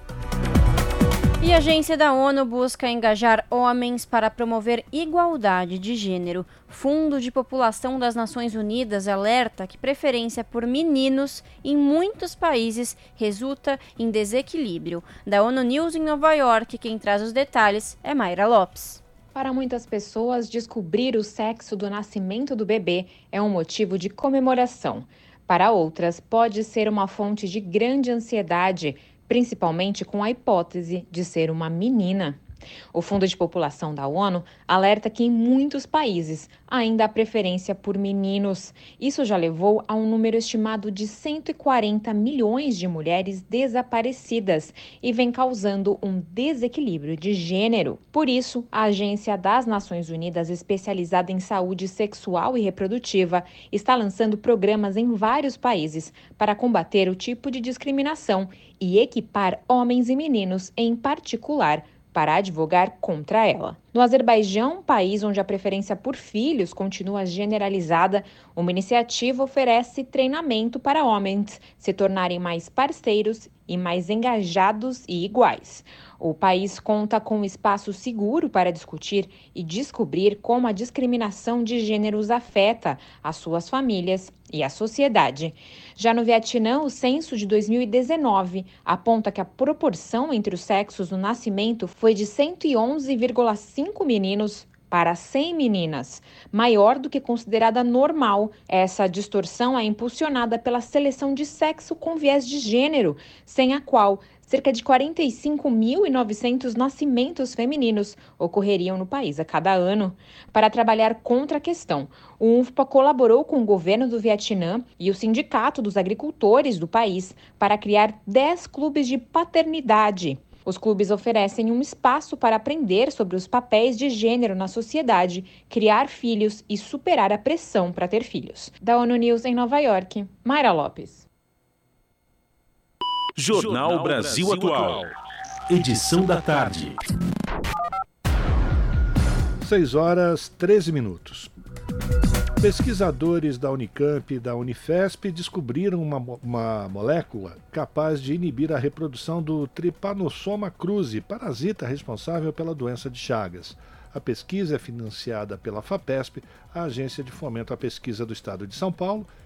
E a agência da ONU busca engajar homens para promover igualdade de gênero. Fundo de População das Nações Unidas alerta que preferência por meninos em muitos países resulta em desequilíbrio. Da ONU News em Nova York, quem traz os detalhes é Mayra Lopes. Para muitas pessoas, descobrir o sexo do nascimento do bebê é um motivo de comemoração. Para outras, pode ser uma fonte de grande ansiedade, principalmente com a hipótese de ser uma menina. O Fundo de População da ONU alerta que em muitos países ainda há preferência por meninos. Isso já levou a um número estimado de cento e quarenta milhões de mulheres desaparecidas e vem causando um desequilíbrio de gênero. Por isso, a Agência das Nações Unidas, especializada em saúde sexual e reprodutiva, está lançando programas em vários países para combater o tipo de discriminação e equipar homens e meninos em particular para advogar contra ela. No Azerbaijão, país onde a preferência por filhos continua generalizada, uma iniciativa oferece treinamento para homens se tornarem mais parceiros e mais engajados e iguais. O país conta com um espaço seguro para discutir e descobrir como a discriminação de gêneros afeta as suas famílias e a sociedade. Já no Vietnã, o censo de dois mil e dezenove aponta que a proporção entre os sexos no nascimento foi de cento e onze vírgula cinco meninos para cem meninas, maior do que considerada normal. Essa distorção é impulsionada pela seleção de sexo com viés de gênero, sem a qual cerca de quarenta e cinco mil e novecentos nascimentos femininos ocorreriam no país a cada ano. Para trabalhar contra a questão, o U N F P A colaborou com o governo do Vietnã e o Sindicato dos Agricultores do país para criar dez clubes de paternidade. Os clubes oferecem um espaço para aprender sobre os papéis de gênero na sociedade, criar filhos e superar a pressão para ter filhos. Da ONU News em Nova York, Mayra Lopes. Jornal Brasil Atual. Edição da tarde. seis horas e treze minutos. Pesquisadores da Unicamp e da Unifesp descobriram uma, uma molécula capaz de inibir a reprodução do Trypanosoma cruzi, parasita responsável pela doença de Chagas. A pesquisa é financiada pela FAPESP, a Agência de Fomento à Pesquisa do Estado de São Paulo,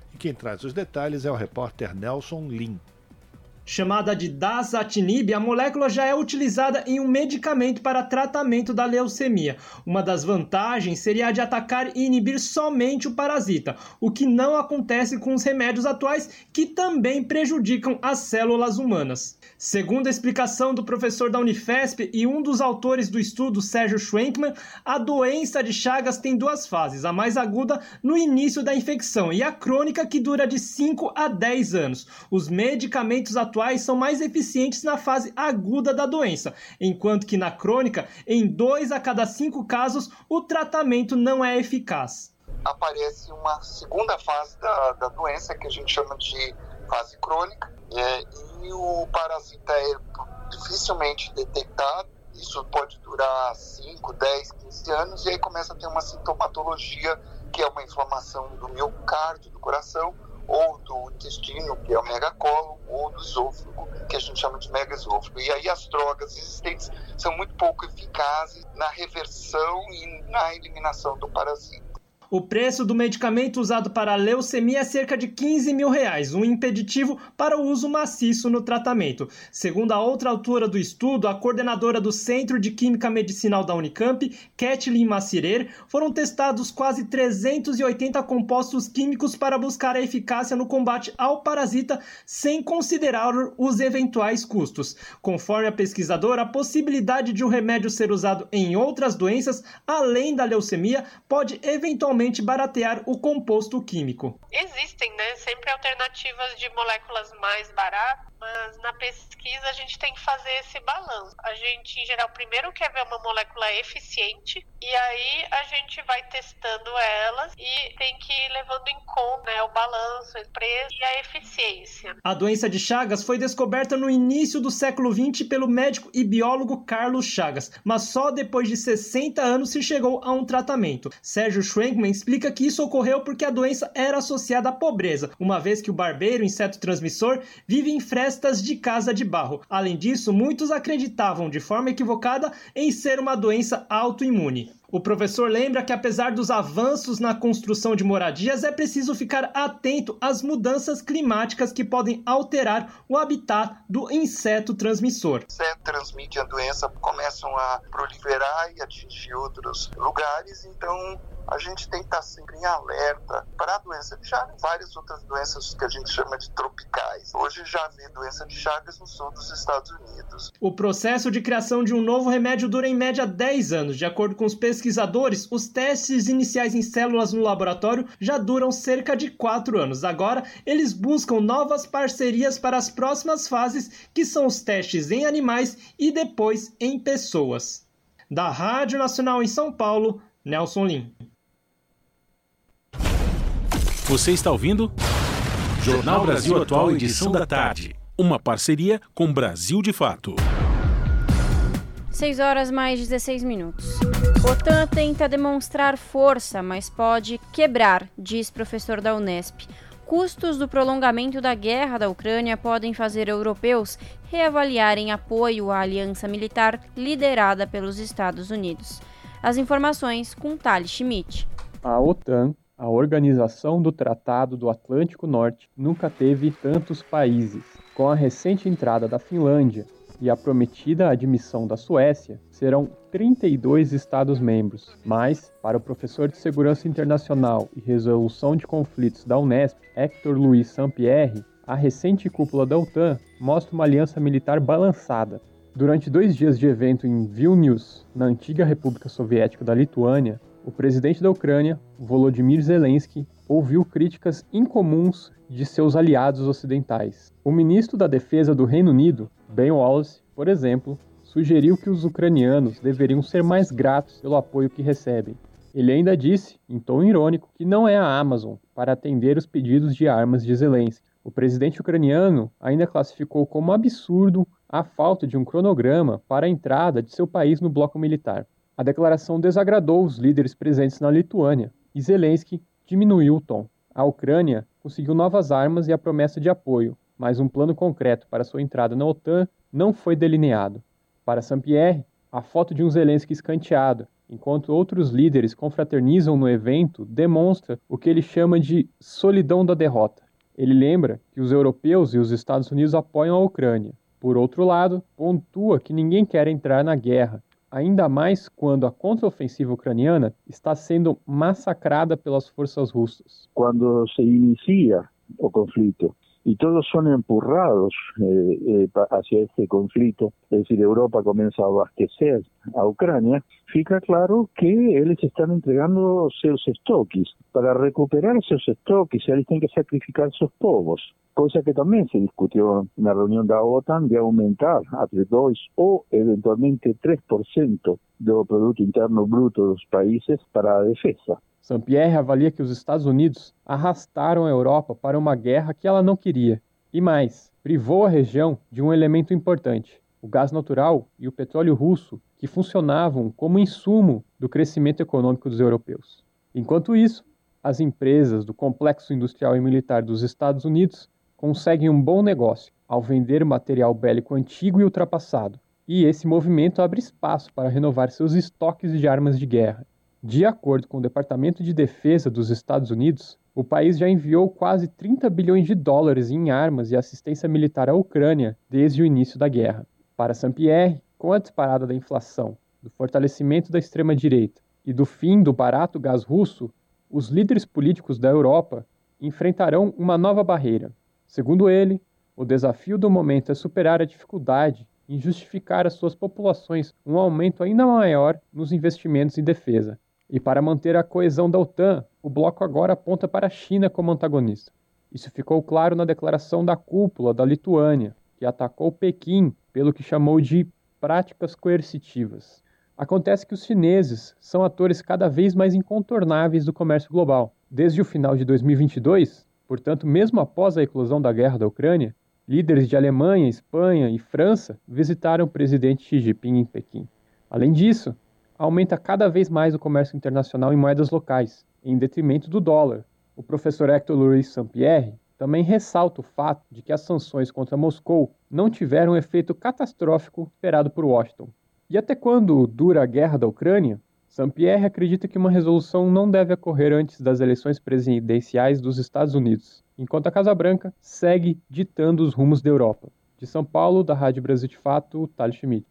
E quem traz os detalhes é o repórter Nelson Lim. Chamada de dasatinib, a molécula já é utilizada em um medicamento para tratamento da leucemia. Uma das vantagens seria a de atacar e inibir somente o parasita, o que não acontece com os remédios atuais, que também prejudicam as células humanas. Segundo a explicação do professor da Unifesp e um dos autores do estudo, Sérgio Schwenkman, a doença de Chagas tem duas fases, a mais aguda no início da infecção e a crônica, que dura de cinco a dez anos. Os medicamentos atuais são mais eficientes na fase aguda da doença, enquanto que na crônica, em dois a cada cinco casos, o tratamento não é eficaz. Aparece uma segunda fase da, da doença, que a gente chama de fase crônica, é, e o parasita é dificilmente detectado. Isso pode durar cinco, dez, quinze anos, e aí começa a ter uma sintomatologia, que é uma inflamação do miocárdio, do coração, ou do intestino, que é o megacólon, ou do esôfago, que a gente chama de megaesôfago. E aí as drogas existentes são muito pouco eficazes na reversão e na eliminação do parasita. O preço do medicamento usado para a leucemia é cerca de quinze mil reais, um impeditivo para o uso maciço no tratamento. Segundo a outra autora do estudo, a coordenadora do Centro de Química Medicinal da Unicamp, Kathleen Massirer, foram testados quase trezentos e oitenta compostos químicos para buscar a eficácia no combate ao parasita, sem considerar os eventuais custos. Conforme a pesquisadora, a possibilidade de o remédio ser usado em outras doenças, além da leucemia, pode eventualmente baratear o composto químico. Existem, né, sempre alternativas de moléculas mais baratas, mas na pesquisa a gente tem que fazer esse balanço. A gente, em geral, primeiro quer ver uma molécula eficiente e aí a gente vai testando elas e tem que ir levando em conta, né, o balanço, o preço e a eficiência. A doença de Chagas foi descoberta no início do século vinte pelo médico e biólogo Carlos Chagas, mas só depois de sessenta anos se chegou a um tratamento. Sérgio Schwenkman explica que isso ocorreu porque a doença era associada à pobreza, uma vez que o barbeiro, inseto transmissor, vive em frestas de casa de barro. Além disso, muitos acreditavam de forma equivocada em ser uma doença autoimune. O professor lembra que, apesar dos avanços na construção de moradias, é preciso ficar atento às mudanças climáticas que podem alterar o habitat do inseto transmissor. O inseto transmite a doença, começam a proliferar e atingir outros lugares, então a gente tem que estar sempre em alerta para a doença de Chagas, várias outras doenças que a gente chama de tropicais. Hoje já vê doença de Chagas no sul dos Estados Unidos. O processo de criação de um novo remédio dura em média dez anos. De acordo com os pesquisadores, os testes iniciais em células no laboratório já duram cerca de quatro anos. Agora, eles buscam novas parcerias para as próximas fases, que são os testes em animais e depois em pessoas. Da Rádio Nacional em São Paulo, Nelson Lim. Você está ouvindo? Jornal Brasil Atual, edição da tarde. Uma parceria com Brasil de Fato. seis horas mais dezesseis minutos. OTAN tenta demonstrar força, mas pode quebrar, diz professor da Unesp. Custos do prolongamento da guerra da Ucrânia podem fazer europeus reavaliarem apoio à aliança militar liderada pelos Estados Unidos. As informações com Thales Schmidt. A OTAN, a Organização do Tratado do Atlântico Norte, nunca teve tantos países. Com a recente entrada da Finlândia e a prometida admissão da Suécia, serão trinta e dois Estados-membros. Mas, para o professor de Segurança Internacional e Resolução de Conflitos da Unesp, Hector Luiz Sampierre, a recente cúpula da OTAN mostra uma aliança militar balançada. Durante dois dias de evento em Vilnius, na antiga República Soviética da Lituânia, o presidente da Ucrânia, Volodymyr Zelensky, ouviu críticas incomuns de seus aliados ocidentais. O ministro da Defesa do Reino Unido, Ben Wallace, por exemplo, sugeriu que os ucranianos deveriam ser mais gratos pelo apoio que recebem. Ele ainda disse, em tom irônico, que não é a Amazon para atender os pedidos de armas de Zelensky. O presidente ucraniano ainda classificou como absurdo a falta de um cronograma para a entrada de seu país no bloco militar. A declaração desagradou os líderes presentes na Lituânia e Zelensky diminuiu o tom. A Ucrânia conseguiu novas armas e a promessa de apoio, mas um plano concreto para sua entrada na OTAN não foi delineado. Para Sampierre, a foto de um Zelensky escanteado enquanto outros líderes confraternizam no evento, demonstra o que ele chama de solidão da derrota. Ele lembra que os europeus e os Estados Unidos apoiam a Ucrânia. Por outro lado, pontua que ninguém quer entrar na guerra, ainda mais quando a contraofensiva ucraniana está sendo massacrada pelas forças russas. Quando se inicia o conflito y todos son empurrados eh, eh, hacia este conflicto, es decir, Europa comienza a abastecer a Ucrania, fica claro que eles están entregando seus estoques. Para recuperar seus estoques, eles têm que sacrificar seus povos, cosa que también se discutió en la reunión de la OTAN de aumentar entre dos o eventualmente tres por ciento do Produto Interno Bruto dos países para a defesa. Saint-Pierre avalia que os Estados Unidos arrastaram a Europa para uma guerra que ela não queria. E mais, privou a região de um elemento importante, o gás natural e o petróleo russo, que funcionavam como insumo do crescimento econômico dos europeus. Enquanto isso, as empresas do complexo industrial e militar dos Estados Unidos conseguem um bom negócio ao vender material bélico antigo e ultrapassado. E esse movimento abre espaço para renovar seus estoques de armas de guerra. De acordo com o Departamento de Defesa dos Estados Unidos, o país já enviou quase trinta bilhões de dólares em armas e assistência militar à Ucrânia desde o início da guerra. Para Saint-Pierre, com a disparada da inflação, do fortalecimento da extrema-direita e do fim do barato gás russo, os líderes políticos da Europa enfrentarão uma nova barreira. Segundo ele, o desafio do momento é superar a dificuldade em justificar às suas populações um aumento ainda maior nos investimentos em defesa. E para manter a coesão da OTAN, o bloco agora aponta para a China como antagonista. Isso ficou claro na declaração da cúpula da Lituânia, que atacou Pequim pelo que chamou de práticas coercitivas. Acontece que os chineses são atores cada vez mais incontornáveis do comércio global. Desde o final de dois mil e vinte e dois, portanto, mesmo após a eclosão da guerra da Ucrânia, líderes de Alemanha, Espanha e França visitaram o presidente Xi Jinping em Pequim. Além disso, aumenta cada vez mais o comércio internacional em moedas locais, em detrimento do dólar. O professor Hector Luis Saint-Pierre também ressalta o fato de que as sanções contra Moscou não tiveram o efeito catastrófico esperado por Washington. E até quando dura a guerra da Ucrânia, Saint-Pierre acredita que uma resolução não deve ocorrer antes das eleições presidenciais dos Estados Unidos, enquanto a Casa Branca segue ditando os rumos da Europa. De São Paulo, da Rádio Brasil de Fato, Thales Schmidt.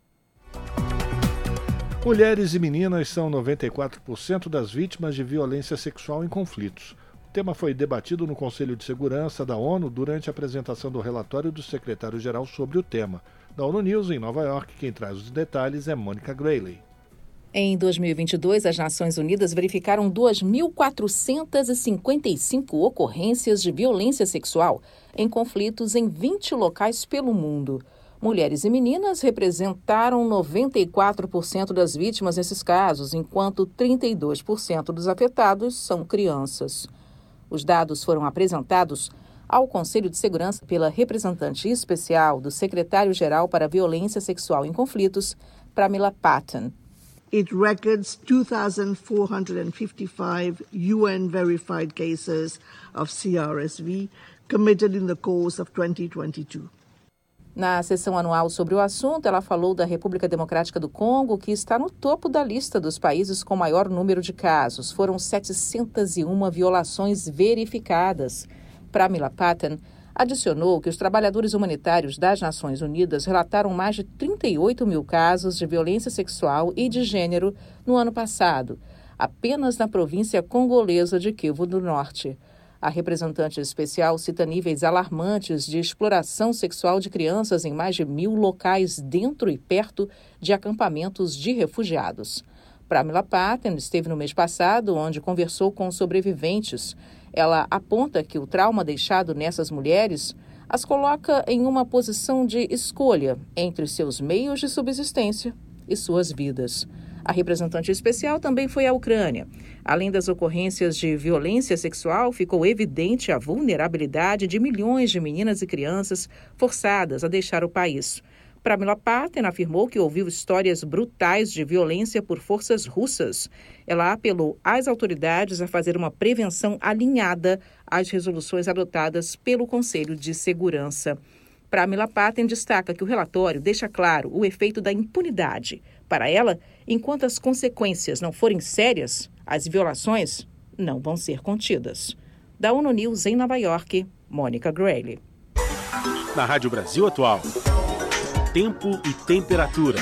Mulheres e meninas são noventa e quatro por cento das vítimas de violência sexual em conflitos. O tema foi debatido no Conselho de Segurança da ONU durante a apresentação do relatório do secretário-geral sobre o tema. Da ONU News, em Nova York, quem traz os detalhes é Mônica Grayley. Em dois mil e vinte e dois, as Nações Unidas verificaram duas mil quatrocentas e cinquenta e cinco ocorrências de violência sexual em conflitos em vinte locais pelo mundo. Mulheres e meninas representaram noventa e quatro por cento das vítimas nesses casos, enquanto trinta e dois por cento dos afetados são crianças. Os dados foram apresentados ao Conselho de Segurança pela representante especial do secretário-geral para a Violência Sexual em Conflitos, Pramila Patten. It records two thousand four hundred fifty-five U N-verified cases of C R S V committed in the course of twenty twenty-two. Na sessão anual sobre o assunto, ela falou da República Democrática do Congo, que está no topo da lista dos países com maior número de casos. Foram setecentas e uma violações verificadas. Pramila Patten adicionou que os trabalhadores humanitários das Nações Unidas relataram mais de trinta e oito mil casos de violência sexual e de gênero no ano passado, apenas na província congolesa de Kivu do Norte. A representante especial cita níveis alarmantes de exploração sexual de crianças em mais de mil locais dentro e perto de acampamentos de refugiados. Pramila Patten esteve no mês passado, onde conversou com sobreviventes. Ela aponta que o trauma deixado nessas mulheres as coloca em uma posição de escolha entre seus meios de subsistência e suas vidas. A representante especial também foi à Ucrânia. Além das ocorrências de violência sexual, ficou evidente a vulnerabilidade de milhões de meninas e crianças forçadas a deixar o país. Pramila Patten afirmou que ouviu histórias brutais de violência por forças russas. Ela apelou às autoridades a fazer uma prevenção alinhada às resoluções adotadas pelo Conselho de Segurança. Pramila Patten destaca que o relatório deixa claro o efeito da impunidade. Para ela, enquanto as consequências não forem sérias, as violações não vão ser contidas. Da ONU News em Nova York, Mônica Grayle. Na Rádio Brasil Atual, tempo e temperatura.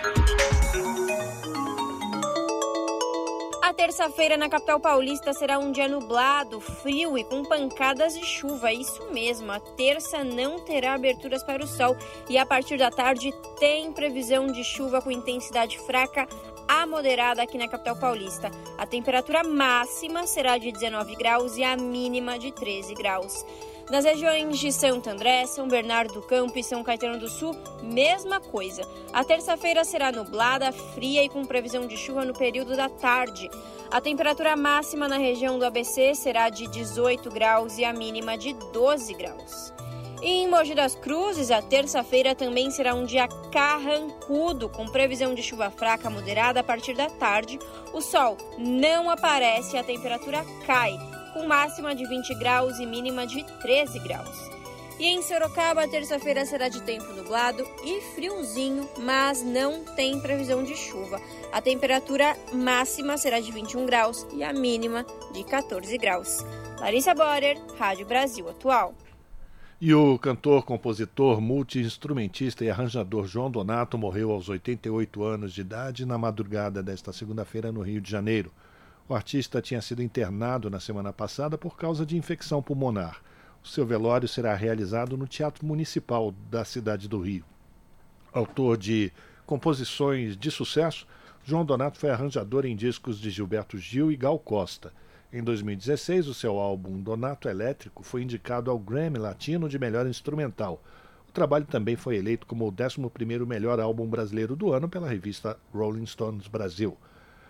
A terça-feira na capital paulista será um dia nublado, frio e com pancadas de chuva. Isso mesmo, a terça não terá aberturas para o sol e a partir da tarde tem previsão de chuva com intensidade fraca a moderada aqui na capital paulista. A temperatura máxima será de dezenove graus e a mínima de treze graus. Nas regiões de Santo André, São Bernardo do Campo e São Caetano do Sul, mesma coisa. A terça-feira será nublada, fria e com previsão de chuva no período da tarde. A temperatura máxima na região do A B C será de dezoito graus e a mínima de doze graus. E em Mogi das Cruzes, a terça-feira também será um dia carrancudo, com previsão de chuva fraca moderada a partir da tarde. O sol não aparece e a temperatura cai, com máxima de vinte graus e mínima de treze graus. E em Sorocaba, a terça-feira será de tempo nublado e friozinho, mas não tem previsão de chuva. A temperatura máxima será de vinte e um graus e a mínima de quatorze graus. Larissa Borer, Rádio Brasil Atual. E o cantor, compositor, multi-instrumentista e arranjador João Donato morreu aos oitenta e oito anos de idade na madrugada desta segunda-feira no Rio de Janeiro. O artista tinha sido internado na semana passada por causa de infecção pulmonar. O seu velório será realizado no Teatro Municipal da cidade do Rio. Autor de composições de sucesso, João Donato foi arranjador em discos de Gilberto Gil e Gal Costa. Em dois mil e dezesseis, o seu álbum Donato Elétrico foi indicado ao Grammy Latino de Melhor Instrumental. O trabalho também foi eleito como o décimo primeiro melhor álbum brasileiro do ano pela revista Rolling Stones Brasil.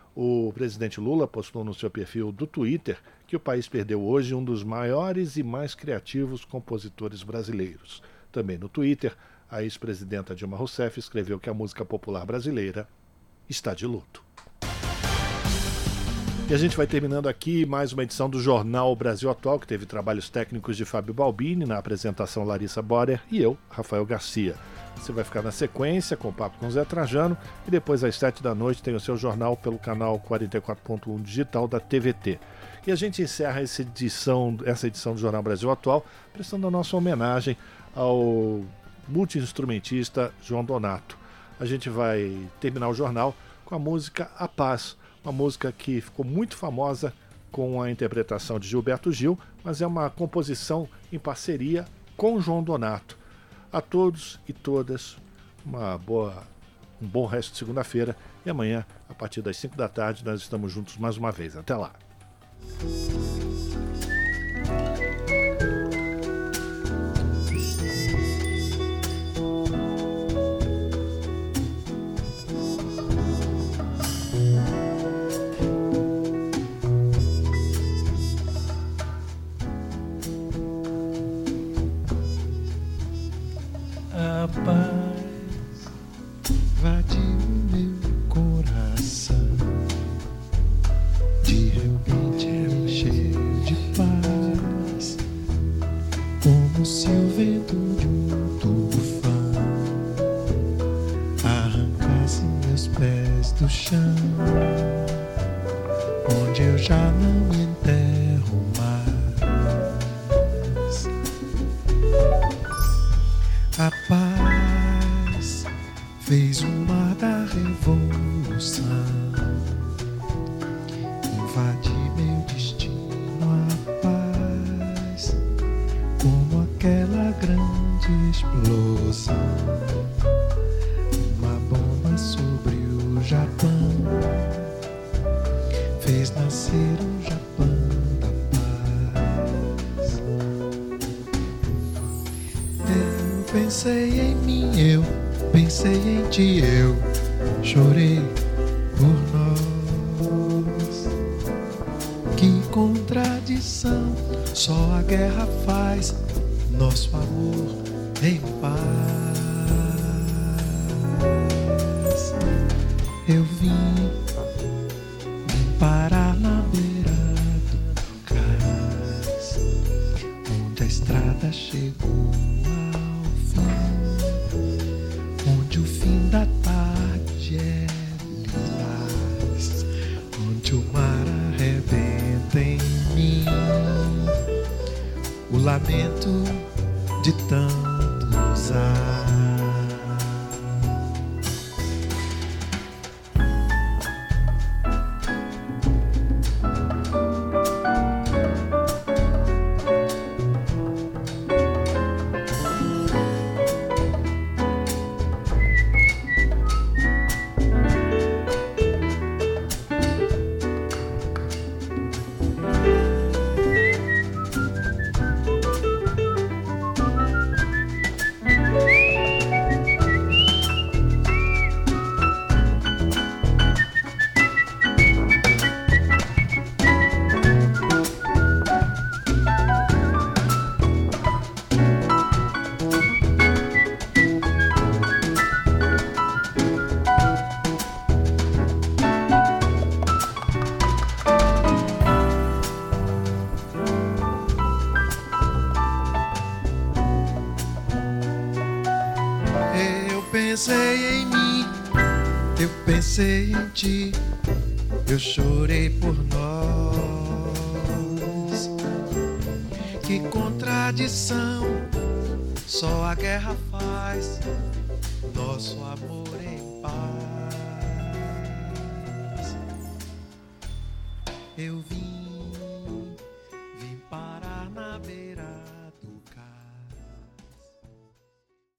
O presidente Lula postou no seu perfil do Twitter que o país perdeu hoje um dos maiores e mais criativos compositores brasileiros. Também no Twitter, a ex-presidenta Dilma Rousseff escreveu que a música popular brasileira está de luto. E a gente vai terminando aqui mais uma edição do Jornal Brasil Atual, que teve trabalhos técnicos de Fábio Balbini, na apresentação Larissa Borer e eu, Rafael Garcia. Você vai ficar na sequência com o Papo com Zé Trajano e depois às sete da noite tem o seu jornal pelo canal quarenta e quatro ponto um digital da T V T. E a gente encerra essa edição, essa edição do Jornal Brasil Atual prestando a nossa homenagem ao multi-instrumentista João Donato. A gente vai terminar o jornal com a música A Paz, uma música que ficou muito famosa com a interpretação de Gilberto Gil, mas é uma composição em parceria com João Donato. A todos e todas, uma boa, um bom resto de segunda-feira e amanhã, a partir das cinco da tarde, nós estamos juntos mais uma vez. Até lá! A paz invadiu meu coração. De repente era cheio de paz, como se o vento de um tufão arrancasse meus pés do chão, onde eu já não me enterro mais. A paz fez o mar da revolução, invade meu destino. A paz, como aquela grande explosão, uma bomba sobre o Japão, fez nascer o Japão da paz. Eu pensei em mim, eu pensei em ti, eu chorei por nós. Que contradição, só a guerra faz nosso amor em paz. Eu vim, vim parar na beira do cais, onde a estrada chegou ao fim. sentimento de tantos anos. Pensei em mim, eu pensei em ti, eu chorei por nós. Que contradição, só a guerra faz nosso amor em paz. Eu vim